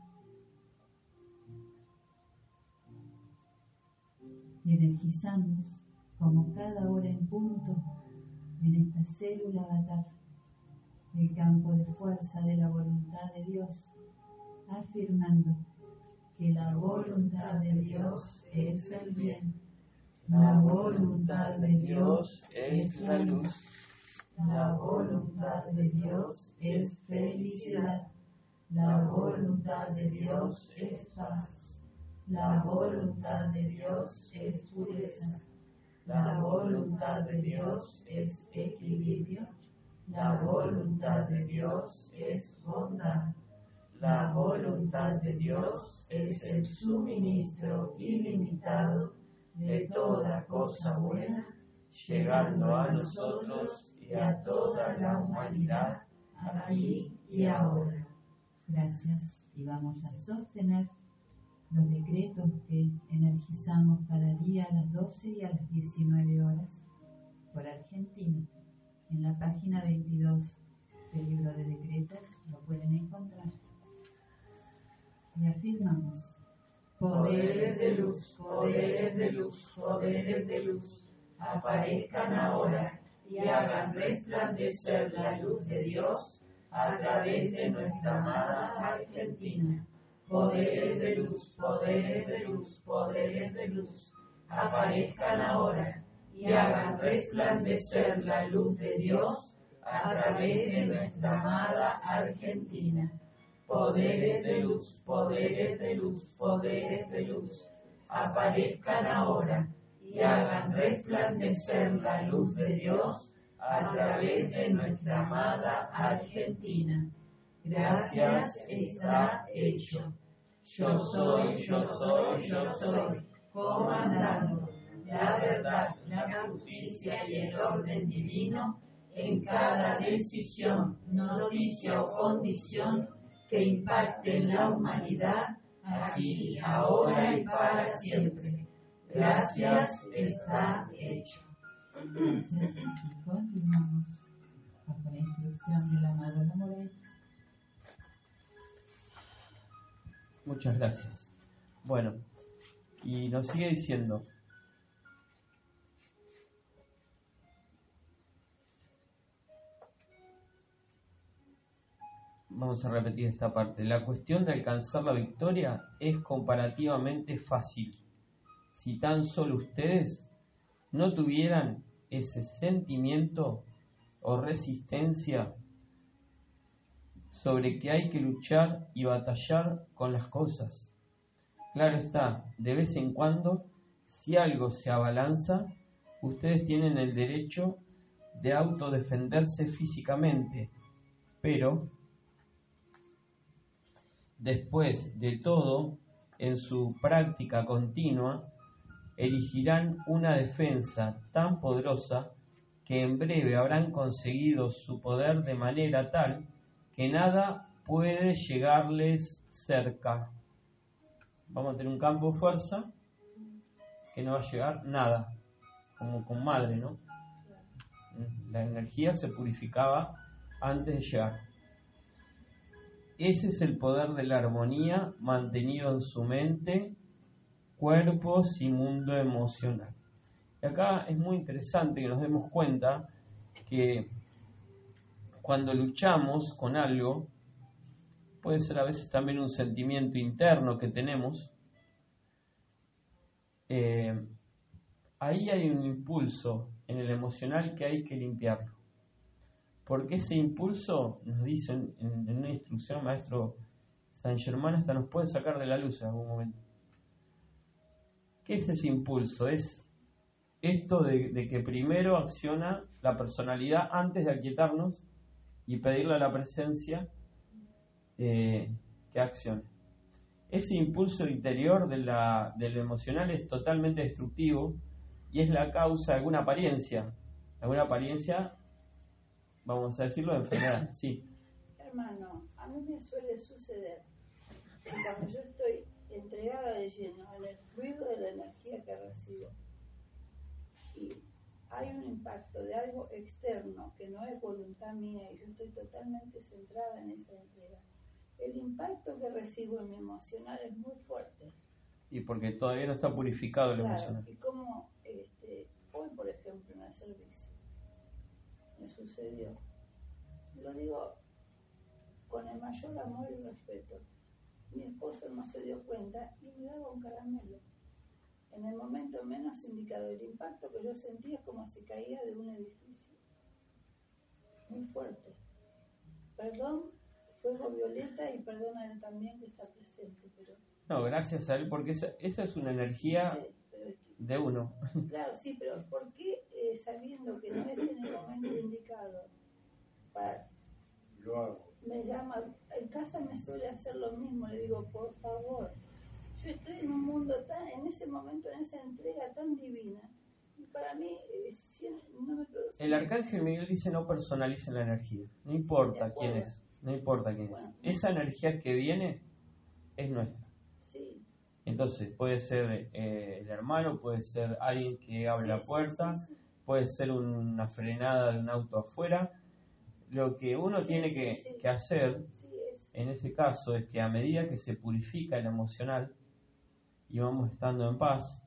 Y energizamos como cada hora en punto en esta célula avatar el campo de fuerza de la voluntad de Dios, afirmando que la voluntad de Dios es el bien, la voluntad de Dios es la luz, la voluntad de Dios es felicidad, la voluntad de Dios es paz, la voluntad de Dios es pureza, La voluntad de Dios es equilibrio. La voluntad de Dios es bondad. La voluntad de Dios es el suministro ilimitado de toda cosa buena, llegando a nosotros y a toda la humanidad, aquí y ahora. Gracias. Y vamos a sostener los decretos que energizamos cada día a las doce y a las diecinueve horas por Argentina. En la página veintidós del libro de decretos lo pueden encontrar. Y afirmamos: Poderes de luz, poderes de luz, poderes de luz, aparezcan ahora y hagan resplandecer la luz de Dios a través de nuestra amada Argentina. Poderes de luz, poderes de luz, poderes de luz, aparezcan ahora y hagan resplandecer la luz de Dios a través de nuestra amada Argentina. Poderes de luz, poderes de luz, poderes de luz, aparezcan ahora y hagan resplandecer la luz de Dios a través de nuestra amada Argentina. Gracias, está hecho. Yo soy, yo soy, yo soy, comandando la verdad, la justicia y el orden divino en cada decisión, noticia o condición que impacte en la humanidad, aquí, ahora y para siempre. Gracias, está hecho. Gracias. Y continuamos bajo la instrucción del amado Lamorel. Muchas gracias. Bueno, y nos sigue diciendo: vamos a repetir esta parte. La cuestión de alcanzar la victoria es comparativamente fácil si tan solo ustedes no tuvieran ese sentimiento o resistencia sobre que hay que luchar y batallar con las cosas. Claro está, de vez en cuando, si algo se abalanza, ustedes tienen el derecho de autodefenderse físicamente, pero después de todo, en su práctica continua, erigirán una defensa tan poderosa que en breve habrán conseguido su poder de manera tal que nada puede llegarles cerca. Vamos a tener un campo de fuerza que no va a llegar nada, como con madre, ¿no? La energía se purificaba antes de llegar. Ese es el poder de la armonía mantenido en su mente, cuerpos y mundo emocional. Y acá es muy interesante que nos demos cuenta que cuando luchamos con algo, puede ser a veces también un sentimiento interno que tenemos, eh, ahí hay un impulso en el emocional que hay que limpiarlo. Porque ese impulso, nos dicen en, en una instrucción, maestro San Germán hasta nos puede sacar de la luz en algún momento. ¿Qué es ese impulso? Es esto de, de que primero acciona la personalidad antes de aquietarnos y pedirle a la presencia eh, que accione. Ese impulso interior de la, del emocional es totalmente destructivo y es la causa de alguna apariencia, alguna apariencia, vamos a decirlo, de enfermedad. Sí. Hermano, a mí me suele suceder que cuando yo estoy entregada de lleno en el fluido de la energía que recibo y hay un impacto de algo externo que no es voluntad mía y yo estoy totalmente centrada en esa entrega, el impacto que recibo en mi emocional es muy fuerte. Y porque todavía no está purificado el claro, emocional. Y como este, hoy, por ejemplo, en el servicio, me sucedió, lo digo con el mayor amor y respeto. Mi esposo no se dio cuenta y me daba un caramelo. En el momento menos indicado, el impacto que yo sentía es como si caía de un edificio. Muy fuerte. Perdón, fuego violeta, y perdón a él también que está presente. Pero... No, gracias a él, porque esa, esa es una energía sí, pero es que de uno. Claro, sí, pero ¿por qué eh, sabiendo que no es en el momento indicado? Para, Lo hago. me llama, en casa me suele hacer lo mismo, le digo, por favor, yo estoy en un mundo tan, en ese momento, en esa entrega tan divina, y para mí eh, si, no me produce... El arcángel Miguel dice no personalicen la energía, no importa quién es, no importa quién es. Bueno. Esa energía que viene es nuestra. Sí. Entonces puede ser eh, el hermano, puede ser alguien que abre Sí, la sí, puerta, sí, sí. puede ser una frenada de un auto afuera. Lo que uno Sí, tiene sí, que, sí. que hacer Sí, es. en ese caso es que a medida que se purifica el emocional y vamos estando en paz,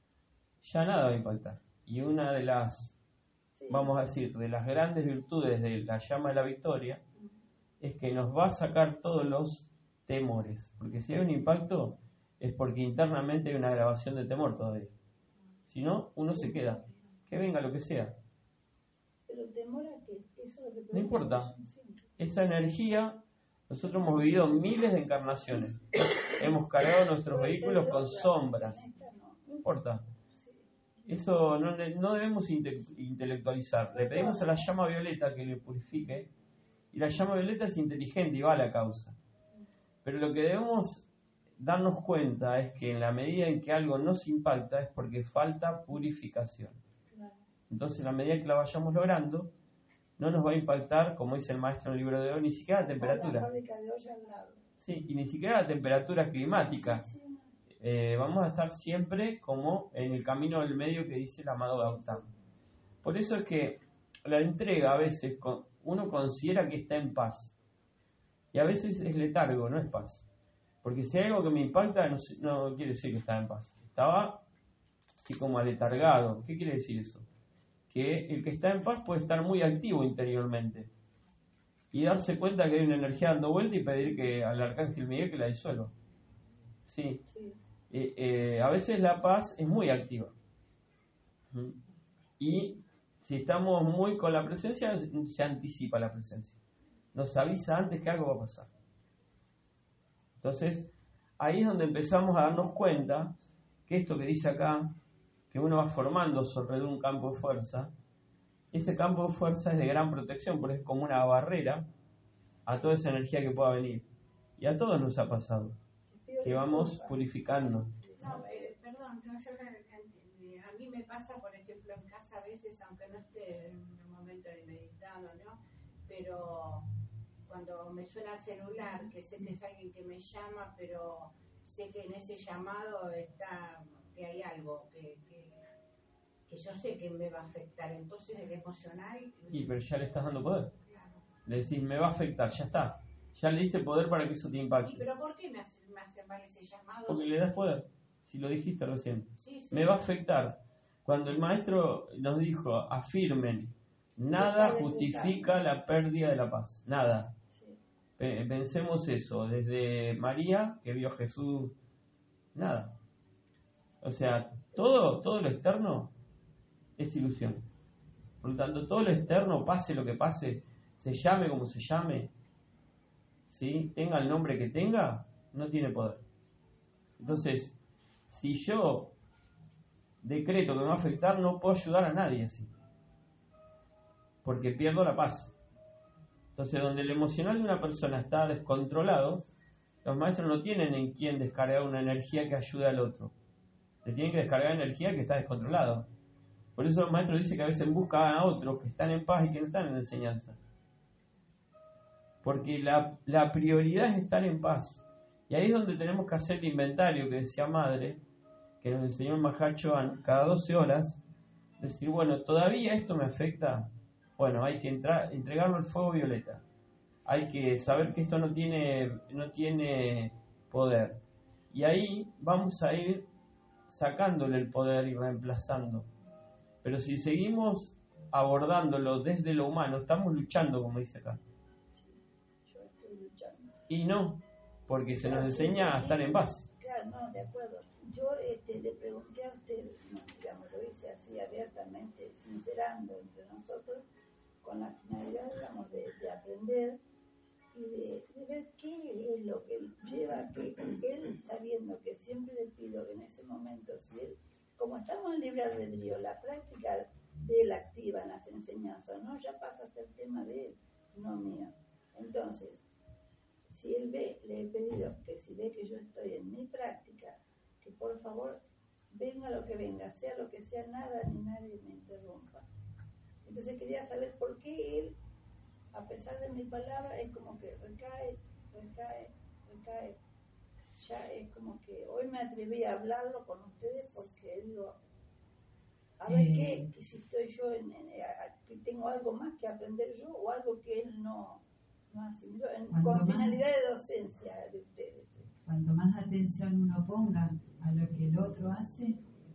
ya nada va a impactar. Y una de las, Sí. vamos a decir, de las grandes virtudes de la llama de la victoria es que nos va a sacar todos los temores. Porque si hay un impacto es porque internamente hay una grabación de temor todavía. Si no, uno se queda. Que venga lo que sea. Pero temor a que eso es lo que No importa. siempre. Esa energía, nosotros hemos vivido miles de encarnaciones. Hemos cargado nuestros Puede ser vehículos de con otra, sombras. en esta no. No importa. Sí. Eso no, no debemos inte- intelectualizar. Le pedimos a la llama violeta que le purifique. Y la llama violeta es inteligente y va a la causa. Pero lo que debemos darnos cuenta es que en la medida en que algo nos impacta es porque falta purificación. Claro. Entonces, en la medida que la vayamos logrando, no nos va a impactar, como dice el maestro en el libro de hoy, ni siquiera la La temperatura. fábrica de olla al lado. Sí, y ni siquiera la temperatura climática. Sí, sí, no. Eh, vamos a estar siempre como en el camino del medio que dice el amado Gautama. Por eso es que la entrega a veces con- uno considera que está en paz. Y a veces es letargo, no es paz. Porque si hay algo que me impacta, no, sé- no quiere decir que estaba en paz. Estaba así como aletargado. ¿Qué quiere decir eso? Que el que está en paz puede estar muy activo interiormente. Y darse cuenta que hay una energía dando vuelta y pedir que al arcángel Miguel que la disuelva. Sí. Sí. Eh, eh, a veces la paz es muy activa. ¿Mm? Y si estamos muy con la presencia, se anticipa la presencia. Nos avisa antes que algo va a pasar. Entonces, ahí es donde empezamos a darnos cuenta que esto que dice acá, que uno va formando sobre un campo de fuerza, ese campo de fuerza es de gran protección, porque es como una barrera a toda esa energía que pueda venir. Y a todos nos ha pasado, que vamos purificando. No, eh, perdón, no, yo la- la- a mí me pasa, por ejemplo, en casa a veces, aunque no esté en un momento de meditando, ¿no? Pero cuando me suena el celular, que sé que es alguien que me llama, pero sé que en ese llamado está, que hay algo que, que, que yo sé que me va a afectar, entonces el emocional... Y pero ya le estás dando poder. Claro. Le decís, me va a afectar, ya está. Ya le diste poder para que eso te ¿Y impacte. pero por qué me hace, me hace mal ese llamado? Porque le das poder. Si lo dijiste recién. Sí, sí. Me va a afectar. Cuando el maestro nos dijo, afirmen, nada justifica la pérdida de la paz. Nada. Sí. Pe- Pensemos eso. Desde María, que vio a Jesús, nada. O sea, todo, todo lo externo es ilusión. Por lo tanto, todo lo externo, pase lo que pase, se llame como se llame, ¿sí? Tenga el nombre que tenga, no tiene poder. Entonces, si yo decreto que me va a afectar, no puedo ayudar a nadie así, porque pierdo la paz. Entonces, donde el emocional de una persona está descontrolado, los maestros no tienen en quién descargar una energía que ayude al otro. Le tienen que descargar energía que está descontrolado. Por eso los maestros dicen que a veces buscan a otros que están en paz y que no están en enseñanza. Porque la, la prioridad es estar en paz. Y ahí es donde tenemos que hacer el inventario que decía Madre, que nos enseñó el Mahacho Chohan, cada doce horas, decir, bueno, ¿todavía esto me afecta? Bueno, hay que entrar, entregarlo al fuego violeta. Hay que saber que esto no tiene, no tiene poder. Y ahí vamos a ir sacándole el poder y reemplazando. Pero si seguimos abordándolo desde lo humano, estamos luchando, como dice acá. Yo estoy luchando. Y no, porque se nos Sí, enseña sí, a sí. estar en paz. Claro, no, de acuerdo. Yo este, le pregunté a usted, no, digamos, lo hice así abiertamente, sincerando entre nosotros, con la finalidad, digamos, de, de aprender y de, de ver qué es lo que él lleva, que él, sabiendo que siempre le pido que en ese momento, si él como estamos en libre albedrío, la práctica de él activa en las enseñanzas, ¿no? Ya pasa a ser tema de él, no mío. Entonces, si él ve, le he pedido que si ve que yo estoy en mi práctica, que por favor venga lo que venga, sea lo que sea, nada ni nadie me interrumpa. Entonces quería saber por qué él, a pesar de mi palabra, es como que recae, recae, recae. Ya es como que hoy me atreví a hablarlo con ustedes porque él lo... A ver eh, qué, que si estoy yo, en, en, que tengo algo más que aprender yo o algo que él no, no asimiló, en, con más, finalidad de docencia de ustedes. Cuanto más atención uno ponga a lo que el otro hace,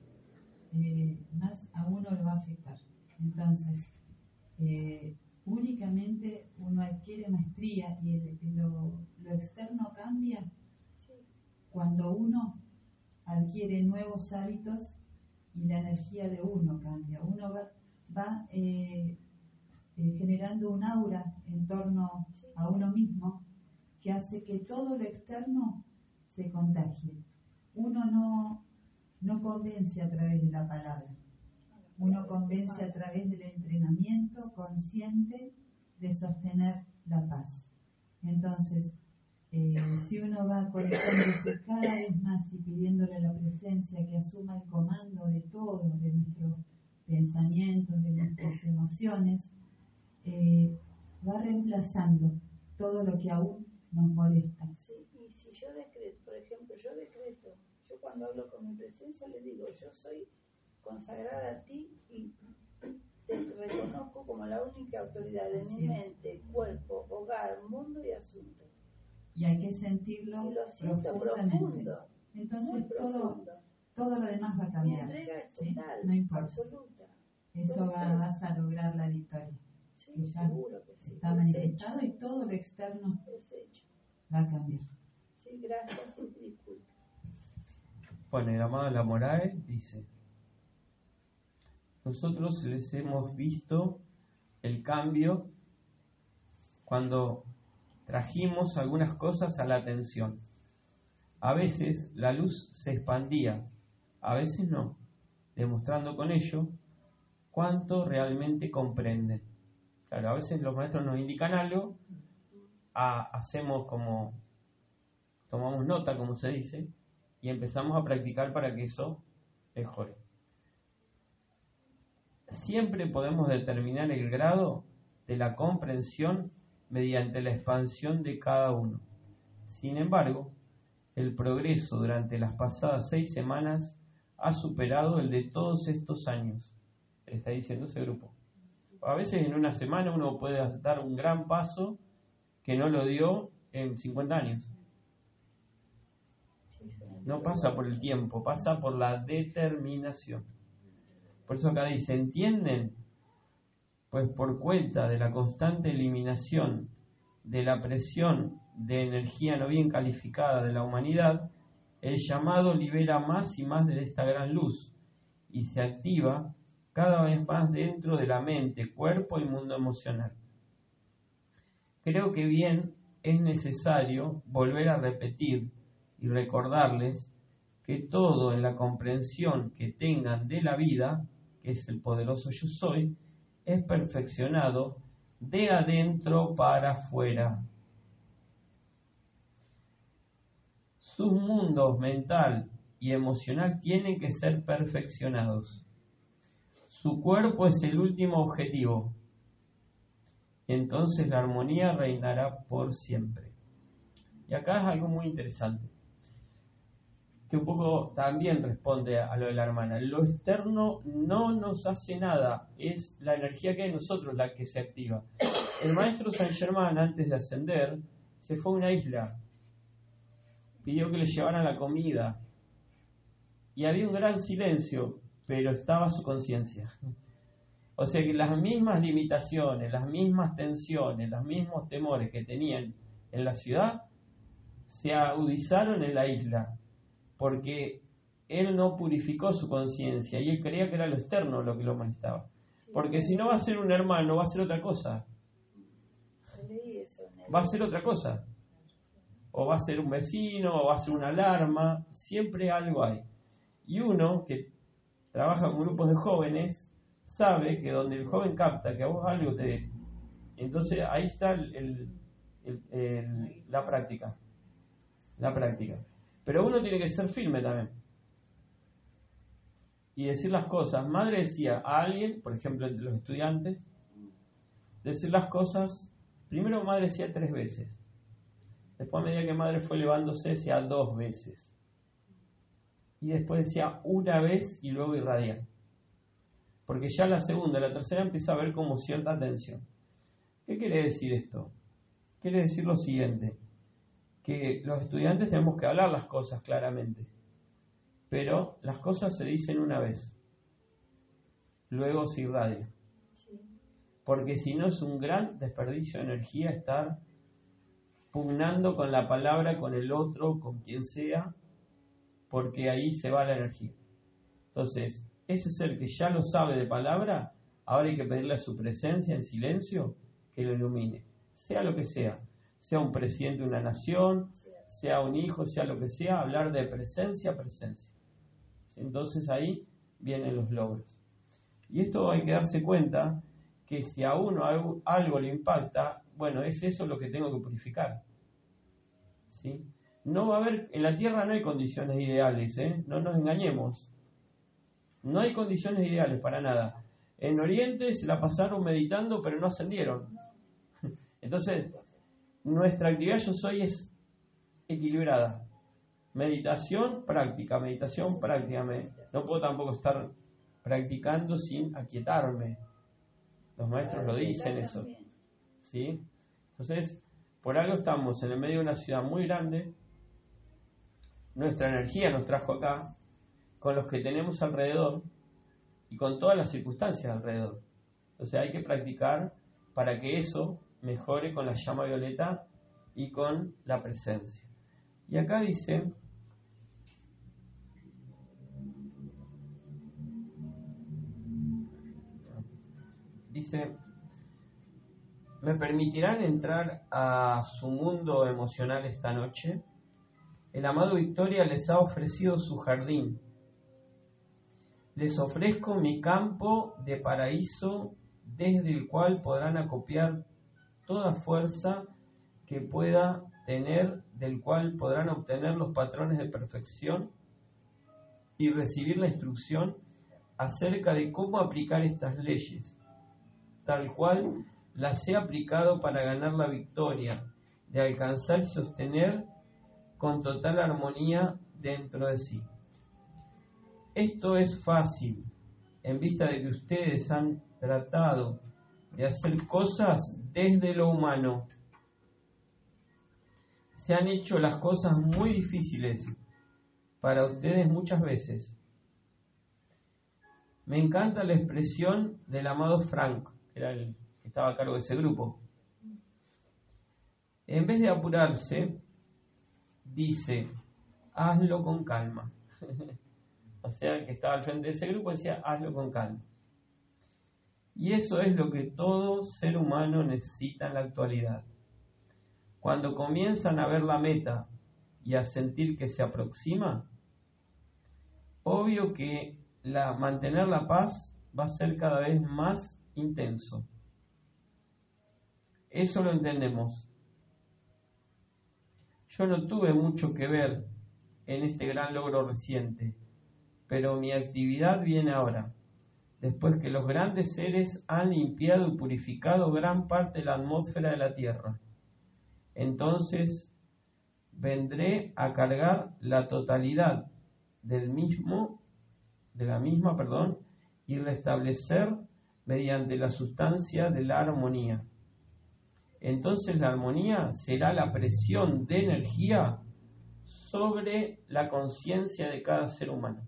eh, más a uno lo va a afectar. Entonces, eh, únicamente uno adquiere maestría y el, lo, lo externo cambia sí. Cuando uno adquiere nuevos hábitos y la energía de uno cambia. Uno va, va eh, eh, generando un aura en torno sí. a uno mismo que hace que todo lo externo se contagie. Uno no, no convence a través de la palabra. Uno convence a través del entrenamiento consciente de sostener la paz. Entonces, eh, si uno va conectándose cada vez más y pidiéndole a la presencia que asuma el comando de todo, de nuestros pensamientos, de nuestras emociones, eh, va reemplazando todo lo que aún nos molesta. Sí, y si yo decreto, por ejemplo, yo decreto, yo cuando hablo con mi presencia le digo, yo soy consagrada a ti y te reconozco como la única autoridad de mi mente, cuerpo, hogar, mundo y asunto. Y hay que sentirlo y lo siento profundamente. Profundo, Entonces todo, todo lo demás va a cambiar. Mi entrega es total, ¿sí? No importa. Absoluta. Eso va, vas a lograr la victoria. Sí, que ya seguro que sí. Está manifestado y todo lo externo va a cambiar. Sí, gracias y disculpe. Bueno, el amado Lamorae dice: nosotros les hemos visto el cambio cuando trajimos algunas cosas a la atención. A veces la luz se expandía, a veces no, demostrando con ello cuánto realmente comprenden. Claro, a veces los maestros nos indican algo, a, hacemos como, tomamos nota, como se dice, y empezamos a practicar para que eso mejore. Siempre podemos determinar el grado de la comprensión mediante la expansión de cada uno. Sin embargo, el progreso durante las pasadas seis semanas ha superado el de todos estos años. Está diciendo ese grupo. A veces en una semana uno puede dar un gran paso que no lo dio en cincuenta años. No pasa por el tiempo, pasa por la determinación. Por eso acá dice, ¿entienden? Pues por cuenta de la constante eliminación de la presión de energía no bien calificada de la humanidad, el llamado libera más y más de esta gran luz y se activa cada vez más dentro de la mente, cuerpo y mundo emocional. Creo que bien es necesario volver a repetir y recordarles que todo en la comprensión que tengan de la vida, que es el poderoso yo soy, es perfeccionado de adentro para afuera. Sus mundos mental y emocional tienen que ser perfeccionados. Su cuerpo es el último objetivo. Entonces la armonía reinará por siempre. Y acá es algo muy interesante, que un poco también responde a lo de la hermana. Lo externo no nos hace nada, es la energía que hay en nosotros la que se activa. El maestro Saint Germain, antes de ascender, se fue a una isla, pidió que le llevaran la comida, y había un gran silencio, pero estaba su conciencia. O sea que las mismas limitaciones, las mismas tensiones, los mismos temores que tenían en la ciudad, se agudizaron en la isla, porque él no purificó su conciencia y él creía que era lo externo lo que lo molestaba. Porque si no va a ser un hermano, va a ser otra cosa. Va a ser otra cosa. O va a ser un vecino, o va a ser una alarma. Siempre algo hay. Y uno que trabaja con grupos de jóvenes, sabe que donde el joven capta que a vos algo te... Entonces ahí está el, el, el, el, la práctica. La práctica. Pero uno tiene que ser firme también. Y decir las cosas. Madre decía a alguien, por ejemplo, entre los estudiantes, decir las cosas. Primero madre decía tres veces. Después a medida que madre fue elevándose decía dos veces. Y después decía una vez y luego irradia. Porque ya la segunda, la tercera empieza a haber como cierta tensión. ¿Qué quiere decir esto? Quiere decir lo siguiente, que los estudiantes tenemos que hablar las cosas claramente, pero las cosas se dicen una vez, luego se irradia. Porque si no es un gran desperdicio de energía estar pugnando con la palabra, con el otro, con quien sea, porque ahí se va la energía. Entonces, ese ser que ya lo sabe de palabra, ahora hay que pedirle a su presencia en silencio que lo ilumine, sea lo que sea, sea un presidente de una nación, sea un hijo, sea lo que sea, hablar de presencia a presencia. Entonces ahí vienen los logros. Y esto hay que darse cuenta que si a uno algo, algo le impacta, bueno, es eso lo que tengo que purificar. ¿Sí? No va a haber, en la tierra no hay condiciones ideales, ¿eh? No nos engañemos. No hay condiciones ideales para nada. En Oriente se la pasaron meditando, pero no ascendieron. Entonces, nuestra actividad yo soy es equilibrada. Meditación, práctica, meditación, práctica. No puedo tampoco estar practicando sin aquietarme. Los maestros lo dicen eso. ¿Sí? Entonces, por algo estamos en el medio de una ciudad muy grande. Nuestra energía nos trajo acá, con los que tenemos alrededor y con todas las circunstancias alrededor. Entonces hay que practicar para que eso mejore con la llama violeta y con la presencia. Y acá dice, dice, ¿me permitirán entrar a su mundo emocional esta noche? El amado Victoria les ha ofrecido su jardín. Les ofrezco mi campo de paraíso desde el cual podrán acopiar toda fuerza que pueda tener, del cual podrán obtener los patrones de perfección y recibir la instrucción acerca de cómo aplicar estas leyes, tal cual las he aplicado para ganar la victoria, de alcanzar y sostener con total armonía dentro de sí. Esto es fácil, en vista de que ustedes han tratado de hacer cosas desde lo humano. Se han hecho las cosas muy difíciles para ustedes muchas veces. Me encanta la expresión del amado Frank, que era el que estaba a cargo de ese grupo. En vez de apurarse, dice, hazlo con calma. O sea, el que estaba al frente de ese grupo decía, hazlo con calma. Y eso es lo que todo ser humano necesita en la actualidad. Cuando comienzan a ver la meta y a sentir que se aproxima, obvio que la, mantener la paz va a ser cada vez más intenso. Eso lo entendemos. Yo no tuve mucho que ver en este gran logro reciente, pero mi actividad viene ahora, después que los grandes seres han limpiado y purificado gran parte de la atmósfera de la Tierra. Entonces vendré a cargar la totalidad del mismo, de la misma, perdón, y restablecer mediante la sustancia de la armonía. Entonces la armonía será la presión de energía sobre la conciencia de cada ser humano.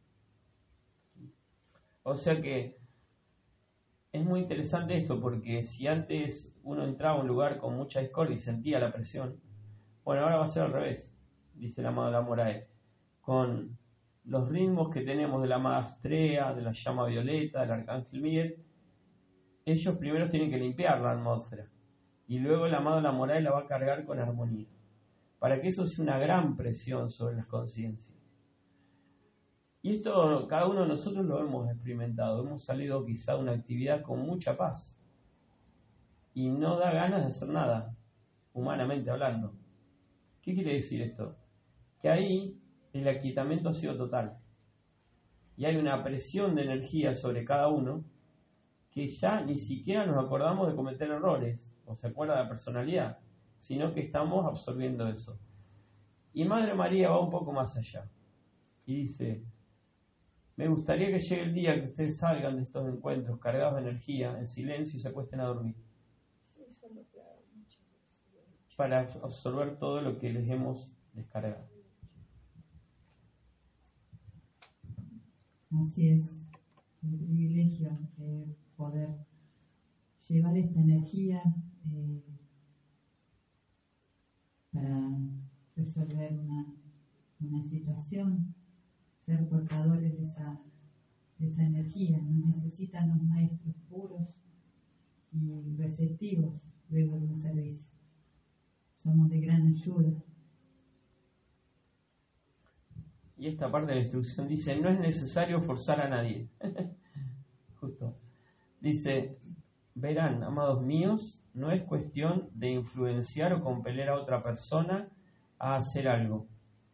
O sea que es muy interesante esto, porque si antes uno entraba a un lugar con mucha discordia y sentía la presión, bueno, ahora va a ser al revés, dice el amado Lamorae, con los ritmos que tenemos de la amada Astrea, de la llama violeta, del arcángel Miguel, ellos primero tienen que limpiar la atmósfera y luego el amado Lamorae la va a cargar con armonía, para que eso sea una gran presión sobre las conciencias. Y esto cada uno de nosotros lo hemos experimentado. Hemos salido quizá de una actividad con mucha paz y no da ganas de hacer nada, humanamente hablando. ¿Qué quiere decir esto? Que ahí el aquietamiento ha sido total. Y hay una presión de energía sobre cada uno que ya ni siquiera nos acordamos de cometer errores o se acuerda de la personalidad, sino que estamos absorbiendo eso. Y Madre María va un poco más allá y dice: me gustaría que llegue el día que ustedes salgan de estos encuentros cargados de energía, en silencio, y se acuesten a dormir. Para absorber todo lo que les hemos descargado. Así es, el privilegio de poder llevar esta energía eh, para resolver una, una situación, ser portadores de esa, de esa energía. Nos necesitan los maestros puros y receptivos luego de un servicio. Somos de gran ayuda. Y esta parte de la instrucción dice: no es necesario forzar a nadie. Justo. Dice: verán, amados míos, no es cuestión de influenciar o compeler a otra persona a hacer algo.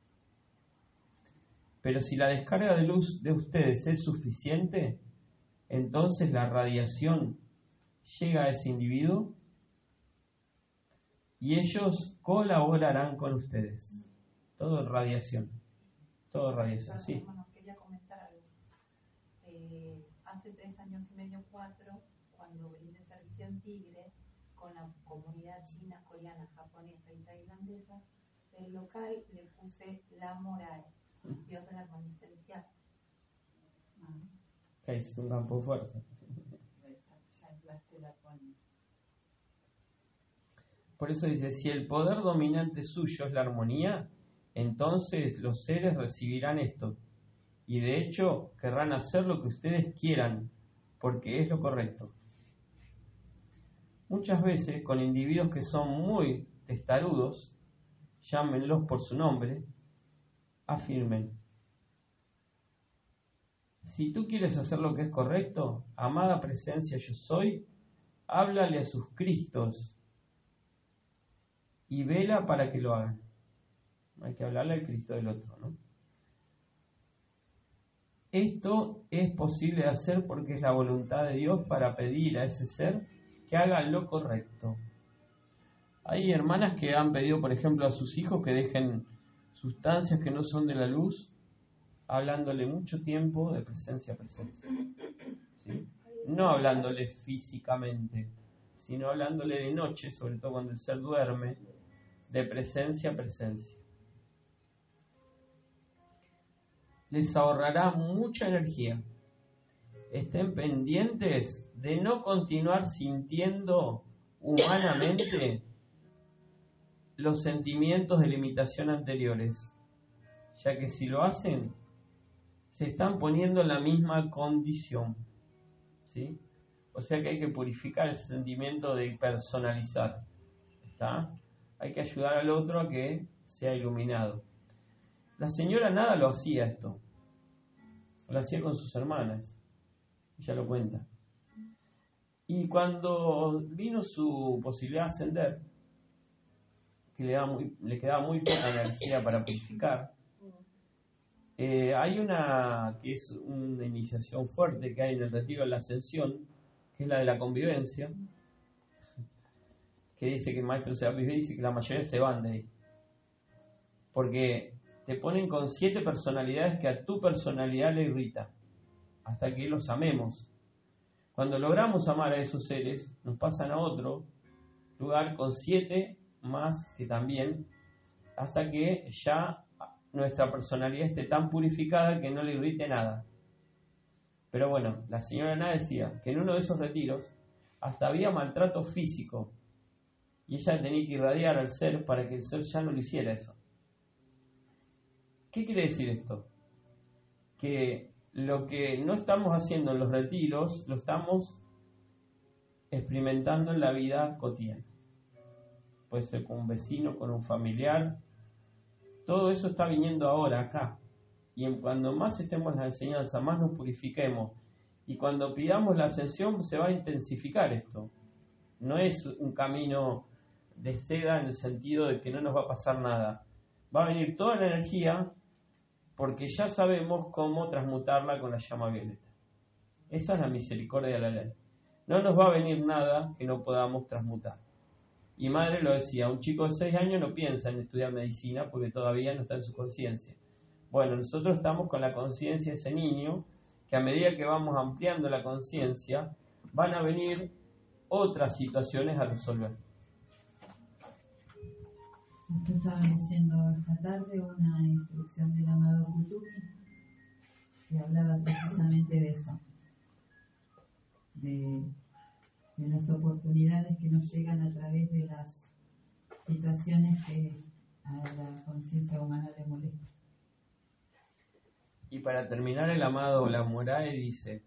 Pero si la descarga de luz de ustedes es suficiente, entonces la radiación llega a ese individuo y ellos colaborarán con ustedes. Todo radiación. Todo radiación, sí. Bueno, quería comentar algo. Eh, hace tres años y medio, cuatro, cuando vine de servicio en Tigre, con la comunidad china, coreana, japonesa y tailandesa, el local le puse la Morae, Dios de la armonía celestial. Que es un campo de fuerza. Por eso dice: si el poder dominante suyo es la armonía, entonces los seres recibirán esto, y de hecho querrán hacer lo que ustedes quieran, porque es lo correcto. Muchas veces con individuos que son muy testarudos, llámenlos por su nombre, afirmen: si tú quieres hacer lo que es correcto, amada presencia yo soy, háblale a sus Cristos y vela para que lo hagan. Hay que hablarle al Cristo del otro, ¿no? Esto es posible de hacer porque es la voluntad de Dios para pedir a ese ser que haga lo correcto. Hay hermanas que han pedido, por ejemplo, a sus hijos que dejen sustancias que no son de la luz, hablándole mucho tiempo de presencia a presencia, ¿sí? No hablándole físicamente, sino hablándole de noche, sobre todo cuando el ser duerme, de presencia a presencia. Les ahorrará mucha energía. Estén pendientes de no continuar sintiendo humanamente los sentimientos de limitación anteriores, ya que si lo hacen, se están poniendo en la misma condición, ¿sí? O sea que hay que purificar el sentimiento de personalizar, ¿está? Hay que ayudar al otro a que sea iluminado. La señora Nada lo hacía esto, lo hacía con sus hermanas, ella lo cuenta. Y cuando vino su posibilidad de ascender, que le, daba muy, le quedaba muy poca energía para purificar, eh, hay una que es una iniciación fuerte que hay en el retiro de la ascensión, que es la de la convivencia, que dice que el maestro Serapis Bey dice que la mayoría se van de ahí, porque te ponen con siete personalidades que a tu personalidad le irrita, hasta que los amemos. Cuando logramos amar a esos seres, nos pasan a otro lugar con siete más que también, hasta que ya nuestra personalidad esté tan purificada que no le irrite nada. Pero bueno, la señora Nada decía que en uno de esos retiros hasta había maltrato físico y ella tenía que irradiar al ser para que el ser ya no lo hiciera eso. ¿Qué quiere decir esto? Que lo que no estamos haciendo en los retiros lo estamos experimentando en la vida cotidiana. Puede ser con un vecino, con un familiar. Todo eso está viniendo ahora acá. y en cuando más estemos en la enseñanza, más nos purifiquemos, y cuando pidamos la ascensión se va a intensificar esto. No es un camino de seda en el sentido de que no nos va a pasar nada. Va a venir toda la energía porque ya sabemos cómo transmutarla con la llama violeta. Esa es la misericordia de la ley. No nos va a venir nada que no podamos transmutar. Y madre lo decía, un chico de seis años no piensa en estudiar medicina porque todavía no está en su conciencia. Bueno, nosotros estamos con la conciencia de ese niño, que a medida que vamos ampliando la conciencia, van a venir otras situaciones a resolver. Usted estaba leyendo esta tarde una instrucción del amado Kutumi que hablaba precisamente de eso, de, de las oportunidades que nos llegan a través de las situaciones que a la conciencia humana le molestan. Y para terminar, el amado Lamorae dice: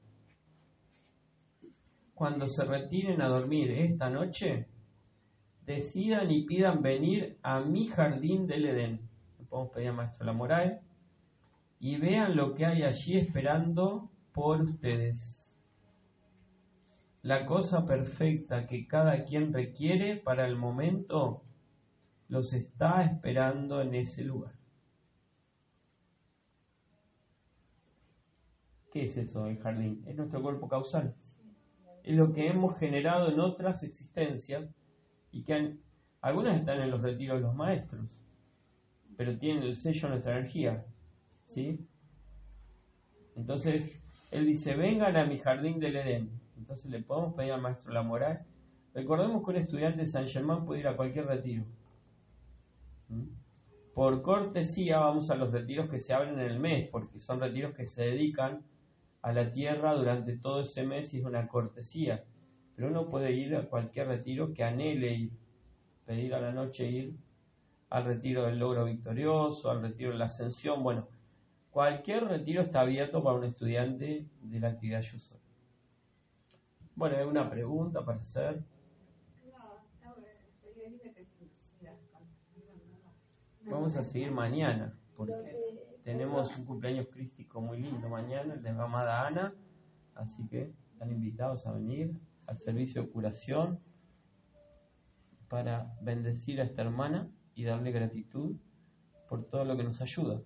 cuando se retiren a dormir esta noche, decidan y pidan venir a mi jardín del Edén. Le podemos pedir al maestro Lamorae, y vean lo que hay allí esperando por ustedes. La cosa perfecta que cada quien requiere para el momento los está esperando en ese lugar. ¿Qué es eso, el jardín? Es nuestro cuerpo causal. Es lo que hemos generado en otras existencias y que han, algunas están en los retiros de los maestros, pero tienen el sello de nuestra energía, ¿sí? Entonces, él dice, vengan a mi jardín del Edén. Entonces le podemos pedir al maestro Lamorae. Recordemos que un estudiante de Saint Germain puede ir a cualquier retiro. ¿Mm? Por cortesía vamos a los retiros que se abren en el mes, porque son retiros que se dedican a la tierra durante todo ese mes y es una cortesía. Pero uno puede ir a cualquier retiro que anhele ir, pedir a la noche ir al retiro del logro victorioso, al retiro de la ascensión. Bueno, cualquier retiro está abierto para un estudiante de la actividad Yo Soy. Bueno, ¿hay una pregunta para hacer? Vamos a seguir mañana, porque tenemos un cumpleaños crístico muy lindo mañana, el de la amada Ana, así que están invitados a venir al servicio de curación para bendecir a esta hermana y darle gratitud por todo lo que nos ayuda.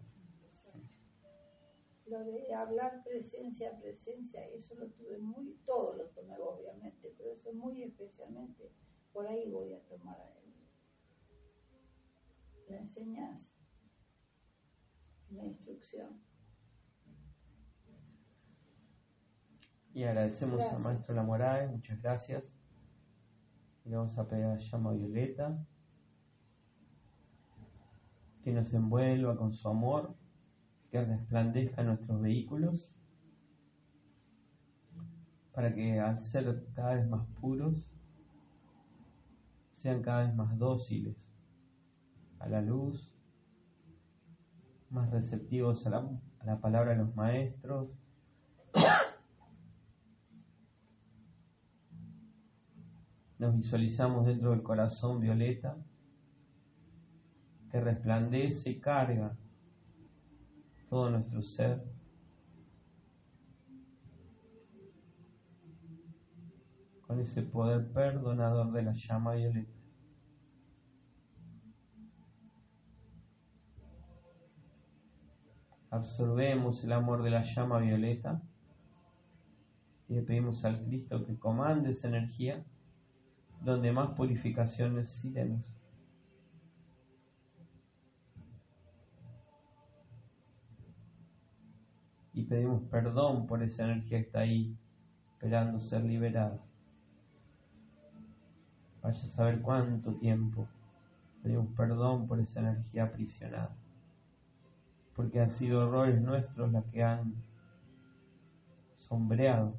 Lo de hablar presencia, presencia, eso lo tuve muy, todo lo tomé obviamente, pero eso muy especialmente, por ahí voy a tomar el, la enseñanza, la instrucción. Y agradecemos Gracias. al maestro Lamorae, muchas gracias. Y vamos a pedir a la llama violeta que nos envuelva con su amor, que resplandezca en nuestros vehículos, para que al ser cada vez más puros, sean cada vez más dóciles a la luz, más receptivos a la, a la palabra de los maestros, nos visualizamos dentro del corazón violeta que resplandece y carga todo nuestro ser. Con ese poder perdonador de la llama violeta. Absorbemos el amor de la llama violeta y le pedimos al Cristo que comande esa energía donde más purificación necesitemos. Y pedimos perdón por esa energía que está ahí, esperando ser liberada. Vaya a saber cuánto tiempo. Pedimos perdón por esa energía aprisionada. Porque han sido errores nuestros los que han sombreado.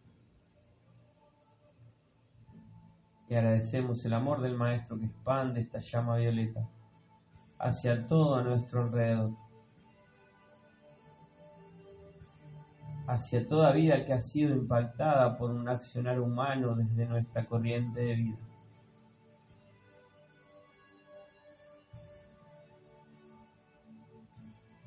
Y agradecemos el amor del Maestro que expande esta llama violeta hacia todo a nuestro alrededor. Hacia toda vida que ha sido impactada por un accionar humano desde nuestra corriente de vida.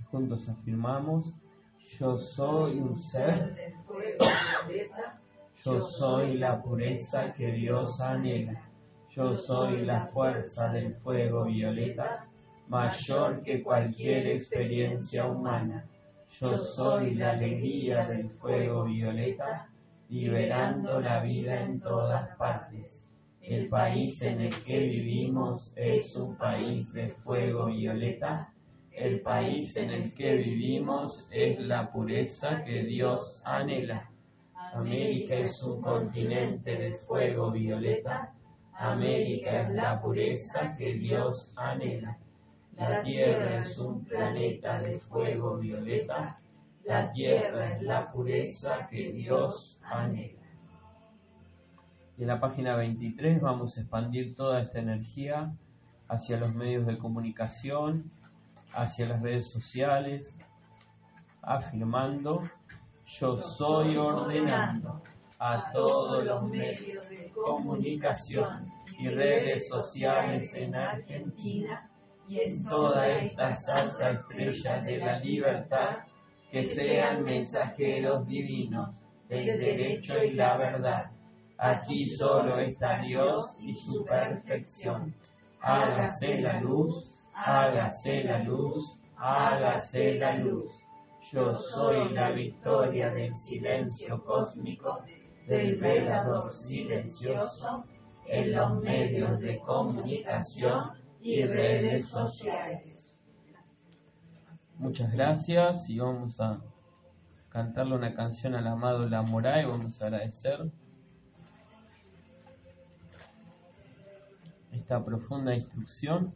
Juntos afirmamos: yo soy un ser del fuego violeta. Yo soy la pureza que Dios anhela. Yo soy la fuerza del fuego violeta, mayor que cualquier experiencia humana. Yo soy la alegría del fuego violeta, liberando la vida en todas partes. El país en el que vivimos es un país de fuego violeta. El país en el que vivimos es la pureza que Dios anhela. América es un continente de fuego violeta. América es la pureza que Dios anhela. La Tierra es un planeta de fuego violeta. La Tierra es la pureza que Dios anhela. Y en la página veintitrés vamos a expandir toda esta energía hacia los medios de comunicación, hacia las redes sociales, afirmando: yo soy ordenando a todos los medios de comunicación y redes sociales en Argentina y en todas estas altas estrellas de la libertad que sean mensajeros divinos del derecho y la verdad. Aquí solo está Dios y su perfección. Hágase la luz, hágase la luz, hágase la luz. Yo soy la victoria del silencio cósmico, del velador silencioso, en los medios de comunicación y redes sociales. Muchas gracias y vamos a cantarle una canción al amado La Morá y vamos a agradecer esta profunda instrucción.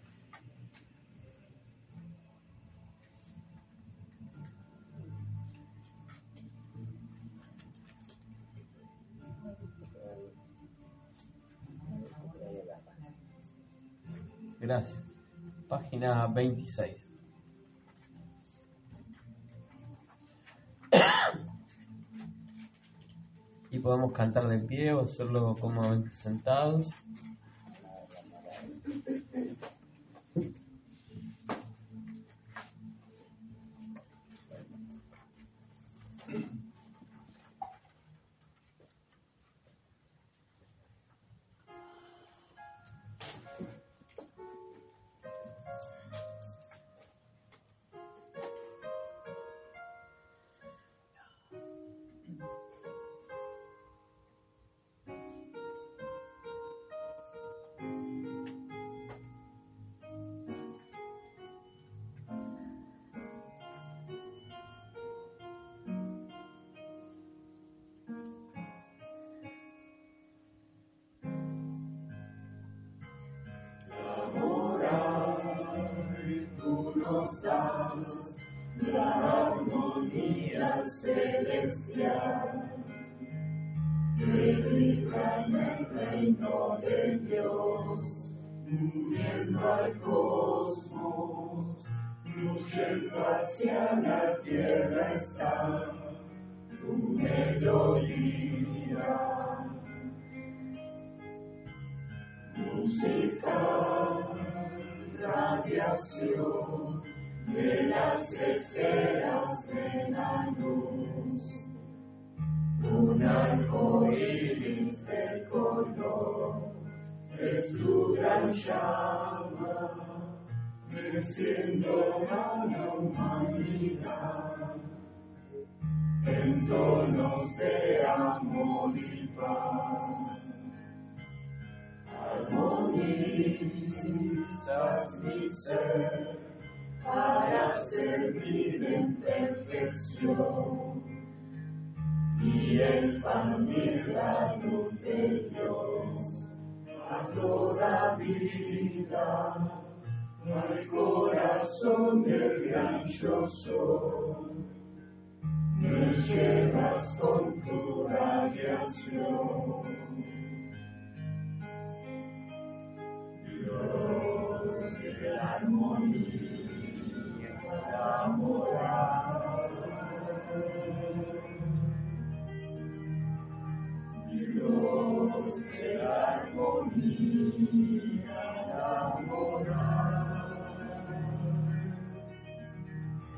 Gracias. Página veintiséis. Y podemos cantar de pie o hacerlo cómodamente sentados. La armonía celestial que vibra en el reino de Dios, uniendo al cosmos, fluyendo hacia la tierra está tu melodía, música, radiación de las esferas de la luz, un arco iris de color, es tu gran llama, creciendo a la humanidad, en tonos de amor y paz. Armonizas mi ser para servir en perfección y expandir la luz de Dios a toda vida, al corazón del gran yo soy. Me llevas con tu radiación. Dios de la armonía, la moral. Dios de la armonía, la moral.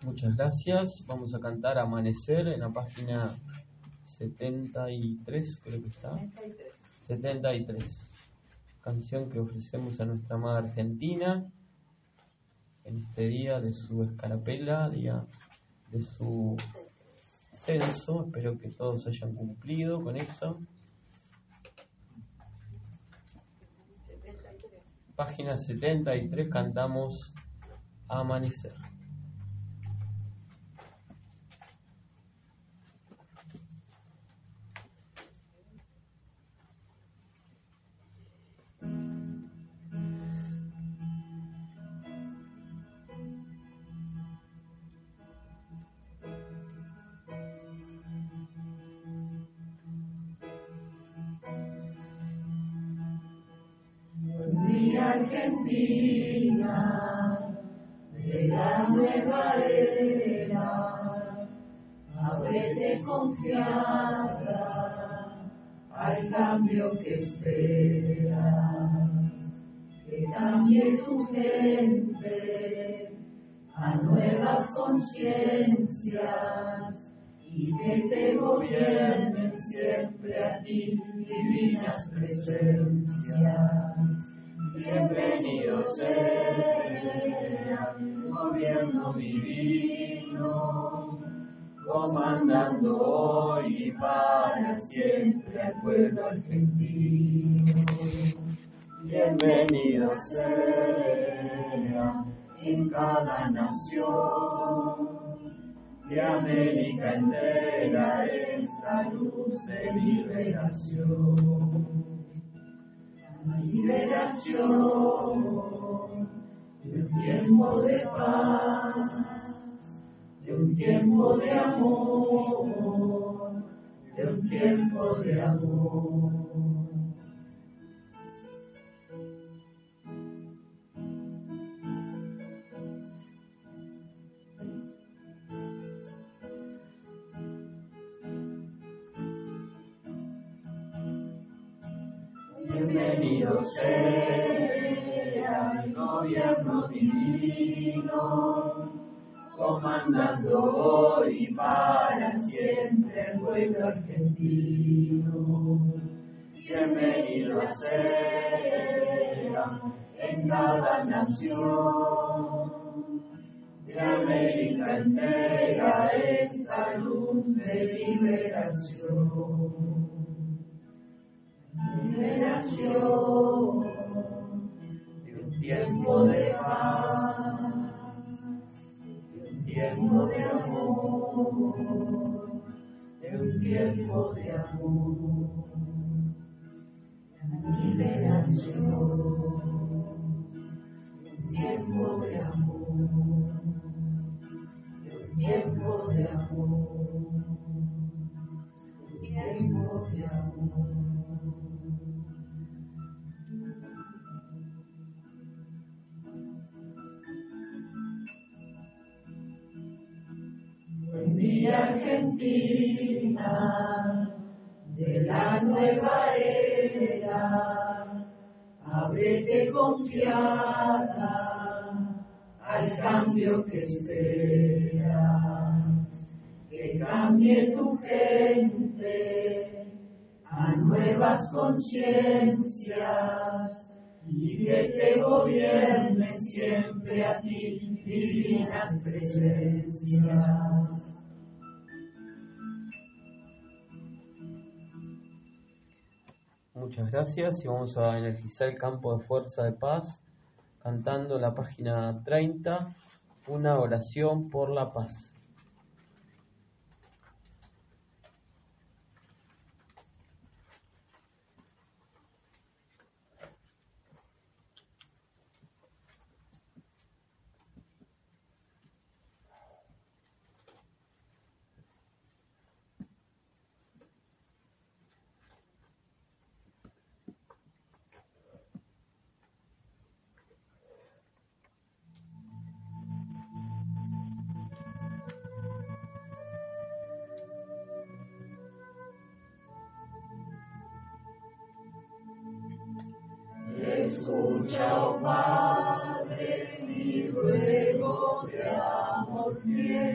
Muchas gracias. Vamos a cantar Amanecer en la página setenta y tres, creo que está. setenta y tres. setenta y tres. Canción que ofrecemos a nuestra amada Argentina en este día de su escarapela, día de su censo. Espero que todos hayan cumplido con eso. Página setenta y tres, cantamos Amanecer. Argentina, de la nueva era, ábrete confiada al cambio que esperas, que cambie tu gente a nuevas conciencias y que te gobiernen siempre a ti divinas presencias. Bienvenido sea el gobierno divino, comandando hoy y para siempre al pueblo argentino. Bienvenido sea en cada nación, de América entera esta luz de liberación. Liberación de un tiempo de paz, de un tiempo de amor, de un tiempo de amor. Bienvenido sea el gobierno divino, comandando hoy y para siempre el pueblo argentino. Bienvenido sea en cada nación, de América entera esta luz de liberación. Liberación de un tiempo de paz, de un tiempo de amor, de un tiempo de amor. Liberación de un tiempo de amor, de un tiempo de amor, de un tiempo de amor. Argentina, de la nueva era, ábrete confiada al cambio que esperas, que cambie tu gente a nuevas conciencias y que te gobierne siempre a ti divinas presencias. Muchas gracias y vamos a energizar el campo de fuerza de paz cantando la página treinta, una oración por la paz. Escucha, oh Padre, mi ruego de amor fiel.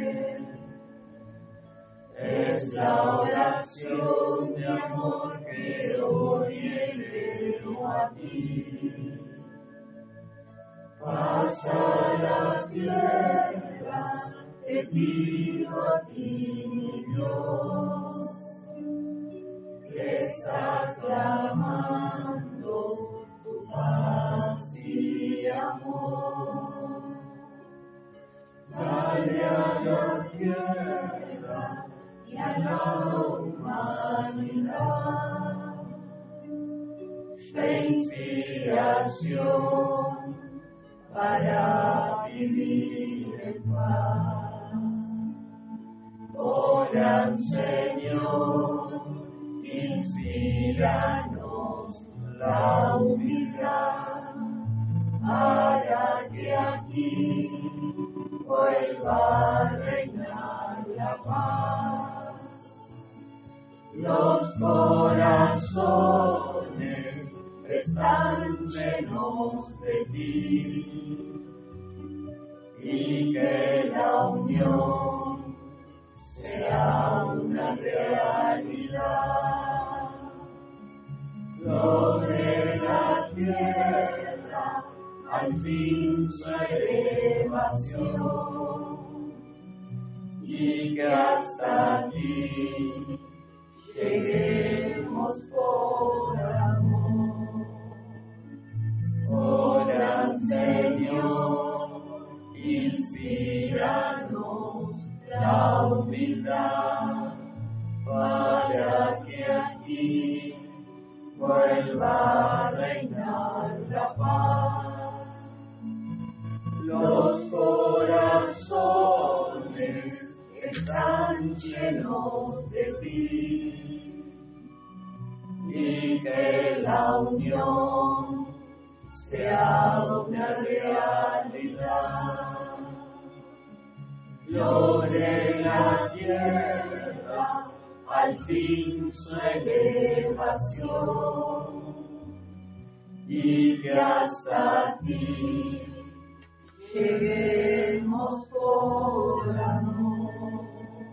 es la oración de amor que hoy elevo a ti. Pasa la tierra, te pido a ti, mi Dios, que está clamando tu paz y amor. Dale a la tierra y a la humanidad de inspiración para vivir en paz. Oran, Señor, inspíranos la humildad para que aquí vuelva a reinar la paz. Los corazones están llenos de ti y que la unión sea una realidad. Logre la tierra al fin su elevación y que hasta ti lleguemos por amor. Oran, Señor, inspíranos la humildad para que aquí vuelva a reinar la paz. Los corazones están llenos de ti y que la unión sea una realidad. Logre la tierra al fin su elevación y que hasta ti lleguemos por amor.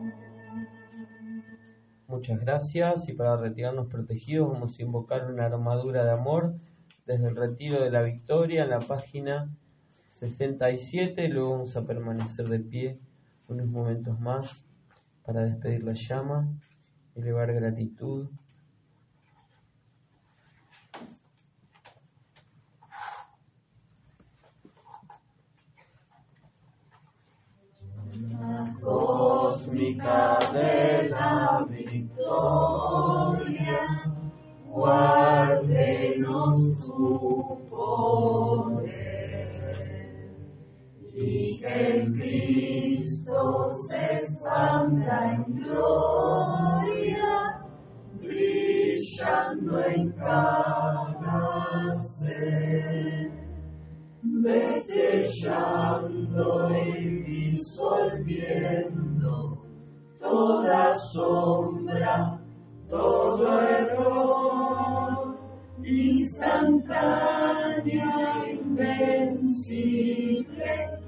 Muchas gracias, y para retirarnos protegidos vamos a invocar una armadura de amor desde el Retiro de la Victoria en la página sesenta y siete. Luego vamos a permanecer de pie unos momentos más para despedir la llama, elevar gratitud. Cósmica de la victoria, guárdenos tu poder, y que en Cristo se expanda en gloria, brillando en cada ser, destellando y disolviendo toda sombra, todo error, instantánea, invencible,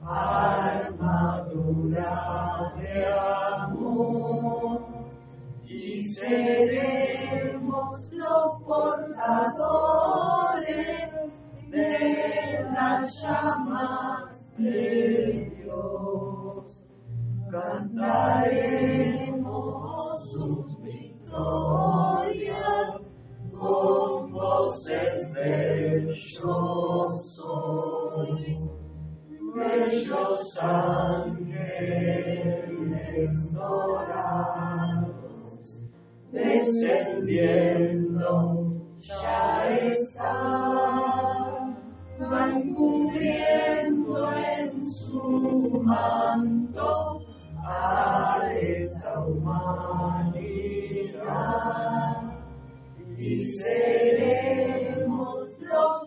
armadura de amor, y seremos los portadores de las llamas de Dios. Cantaremos sus victorias con voces del yo soy. Bellos ángeles dorados, descendiendo ya están, van cubriendo en su manto a esta humanidad, y seremos los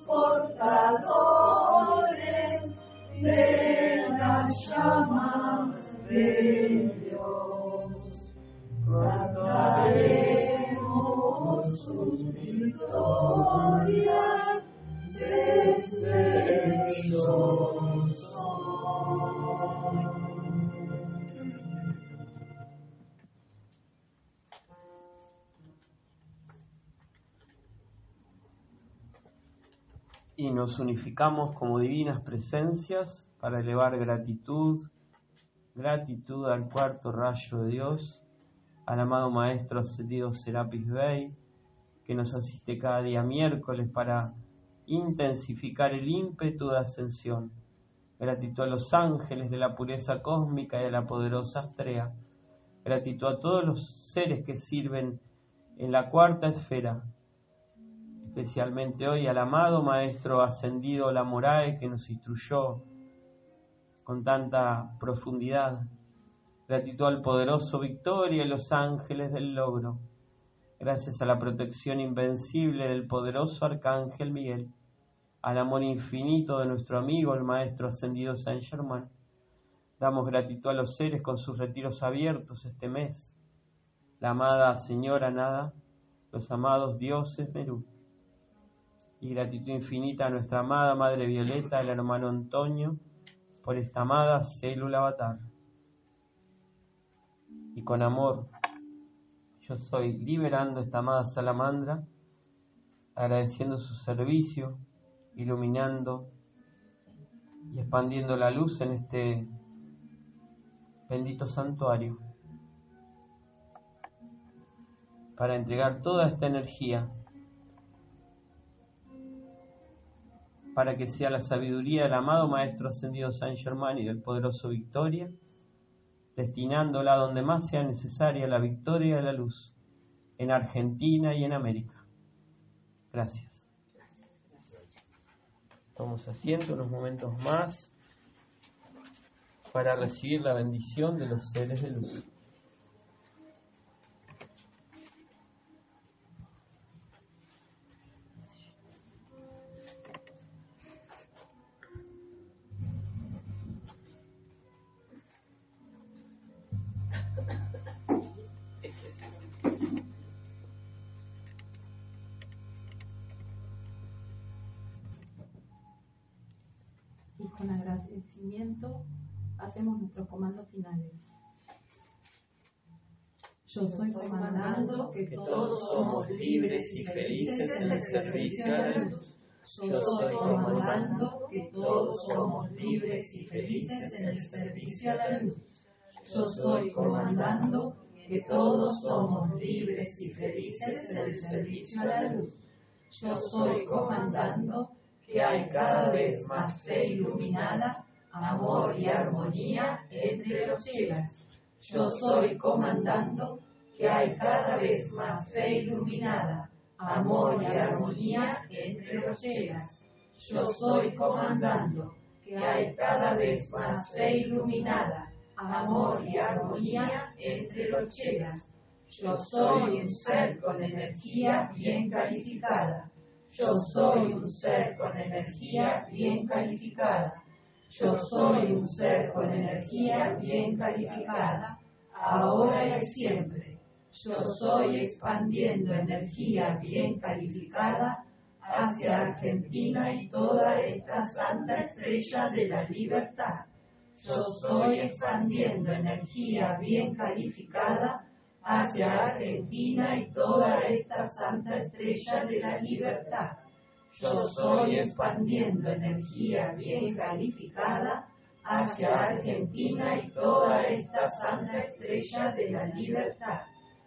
portadores de las llamas de Dios. Cantaremos sus victorias desde el yo soy. y nos unificamos como divinas presencias para elevar gratitud, gratitud al cuarto rayo de Dios, al amado Maestro Ascendido Serapis Bey, que nos asiste cada día miércoles para intensificar el ímpetu de ascensión. Gratitud a los ángeles de la pureza cósmica y a la poderosa Astrea. Gratitud a todos los seres que sirven en la cuarta esfera, especialmente hoy al amado Maestro Ascendido Lamorae, que nos instruyó con tanta profundidad. Gratitud al poderoso Victoria y los ángeles del logro. Gracias a la protección invencible del poderoso Arcángel Miguel, al amor infinito de nuestro amigo el Maestro Ascendido Saint Germain, damos gratitud a los seres con sus retiros abiertos este mes, la amada Señora Nada, los amados dioses Merú, y gratitud infinita a nuestra amada Madre Violeta, el hermano Antonio, por esta amada célula avatar. Y con amor, yo estoy liberando esta amada salamandra, agradeciendo su servicio, iluminando y expandiendo la luz en este bendito santuario, para entregar toda esta energía, para que sea la sabiduría del amado Maestro Ascendido Saint Germain y del poderoso Victoria, destinándola donde más sea necesaria la victoria de la luz, en Argentina y en América. Gracias. Tomamos asiento unos momentos más para recibir la bendición de los seres de luz. Y con agradecimiento hacemos nuestros comandos finales. Yo soy comandando que todos somos libres y felices en el servicio a la luz. Yo soy comandando que todos somos libres y felices en el servicio a la luz. Yo soy comandando que todos somos libres y felices en el servicio a la luz. Yo soy comandando que hay cada vez más fe iluminada, amor y armonía entre los chelas. Yo soy comandando que hay cada vez más fe iluminada, amor y armonía entre los chelas. Yo soy comandando que hay cada vez más fe iluminada, amor y armonía entre los chelas. Yo soy un ser con energía bien calificada. Yo soy un ser con energía bien calificada. Yo soy un ser con energía bien calificada, ahora y siempre. Yo soy expandiendo energía bien calificada hacia Argentina y toda esta santa estrella de la libertad. Yo soy expandiendo energía bien calificada hacia Argentina y toda esta santa estrella de la libertad. Yo soy expandiendo energía bien calificada hacia Argentina y toda esta santa estrella de la libertad.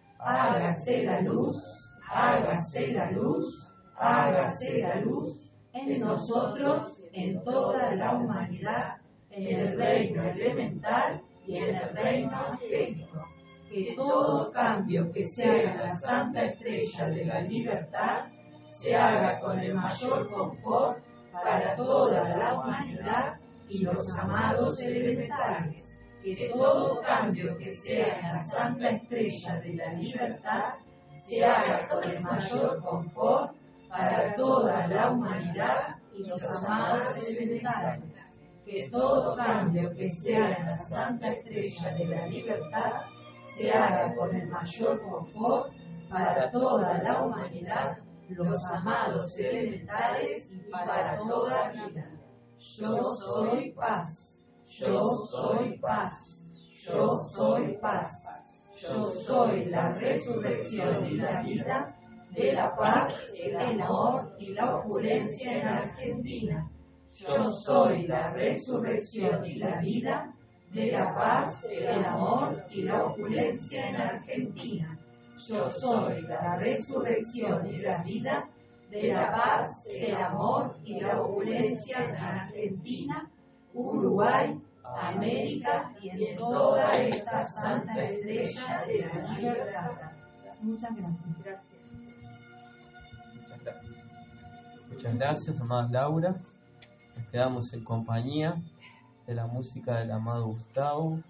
Hágase la luz, hágase la luz, hágase la luz en nosotros, en toda la humanidad, en el reino elemental y en el reino angélico. Que todo cambio que se haga en la santa estrella de la libertad se haga con el mayor confort para toda la humanidad y los amados elementales. Que todo cambio que se haga en la santa estrella de la libertad se haga con el mayor confort para toda la humanidad y los amados elementales. Que todo cambio que se haga en la santa estrella de la libertad se haga con el mayor confort para toda la humanidad, los amados elementales y para toda vida. Yo soy paz, yo soy paz, yo soy paz, yo soy la resurrección y la vida, de la paz, el amor y la opulencia en Argentina. Yo soy la resurrección y la vida, de la paz, el amor y la opulencia en Argentina. Yo soy la resurrección y la vida, de la paz, el amor y la opulencia en Argentina, Uruguay, América y en toda esta santa estrella de la libertad. Muchas gracias. Gracias. Muchas gracias. Muchas gracias, amada Laura. Nos quedamos en compañía de la música del amado Gustavo,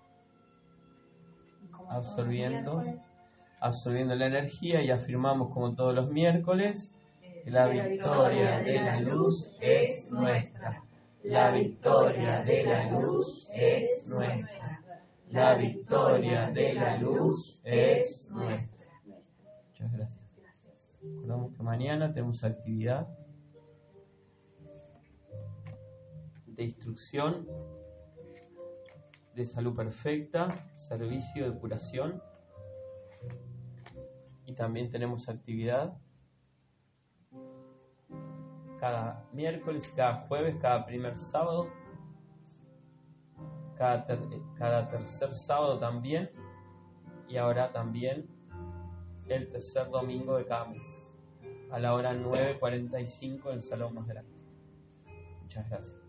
absorbiendo, absorbiendo la energía, y afirmamos como todos los miércoles que la victoria de la luz es nuestra. La victoria de la luz es nuestra. La victoria de la luz es nuestra. Muchas gracias. Recordamos que mañana tenemos actividad de instrucción, de salud perfecta, servicio de curación, y también tenemos actividad cada miércoles, cada jueves, cada primer sábado, cada, ter cada tercer sábado también, y ahora también el tercer domingo de cada mes, a la hora nueve cuarenta y cinco en el salón más grande. Muchas gracias.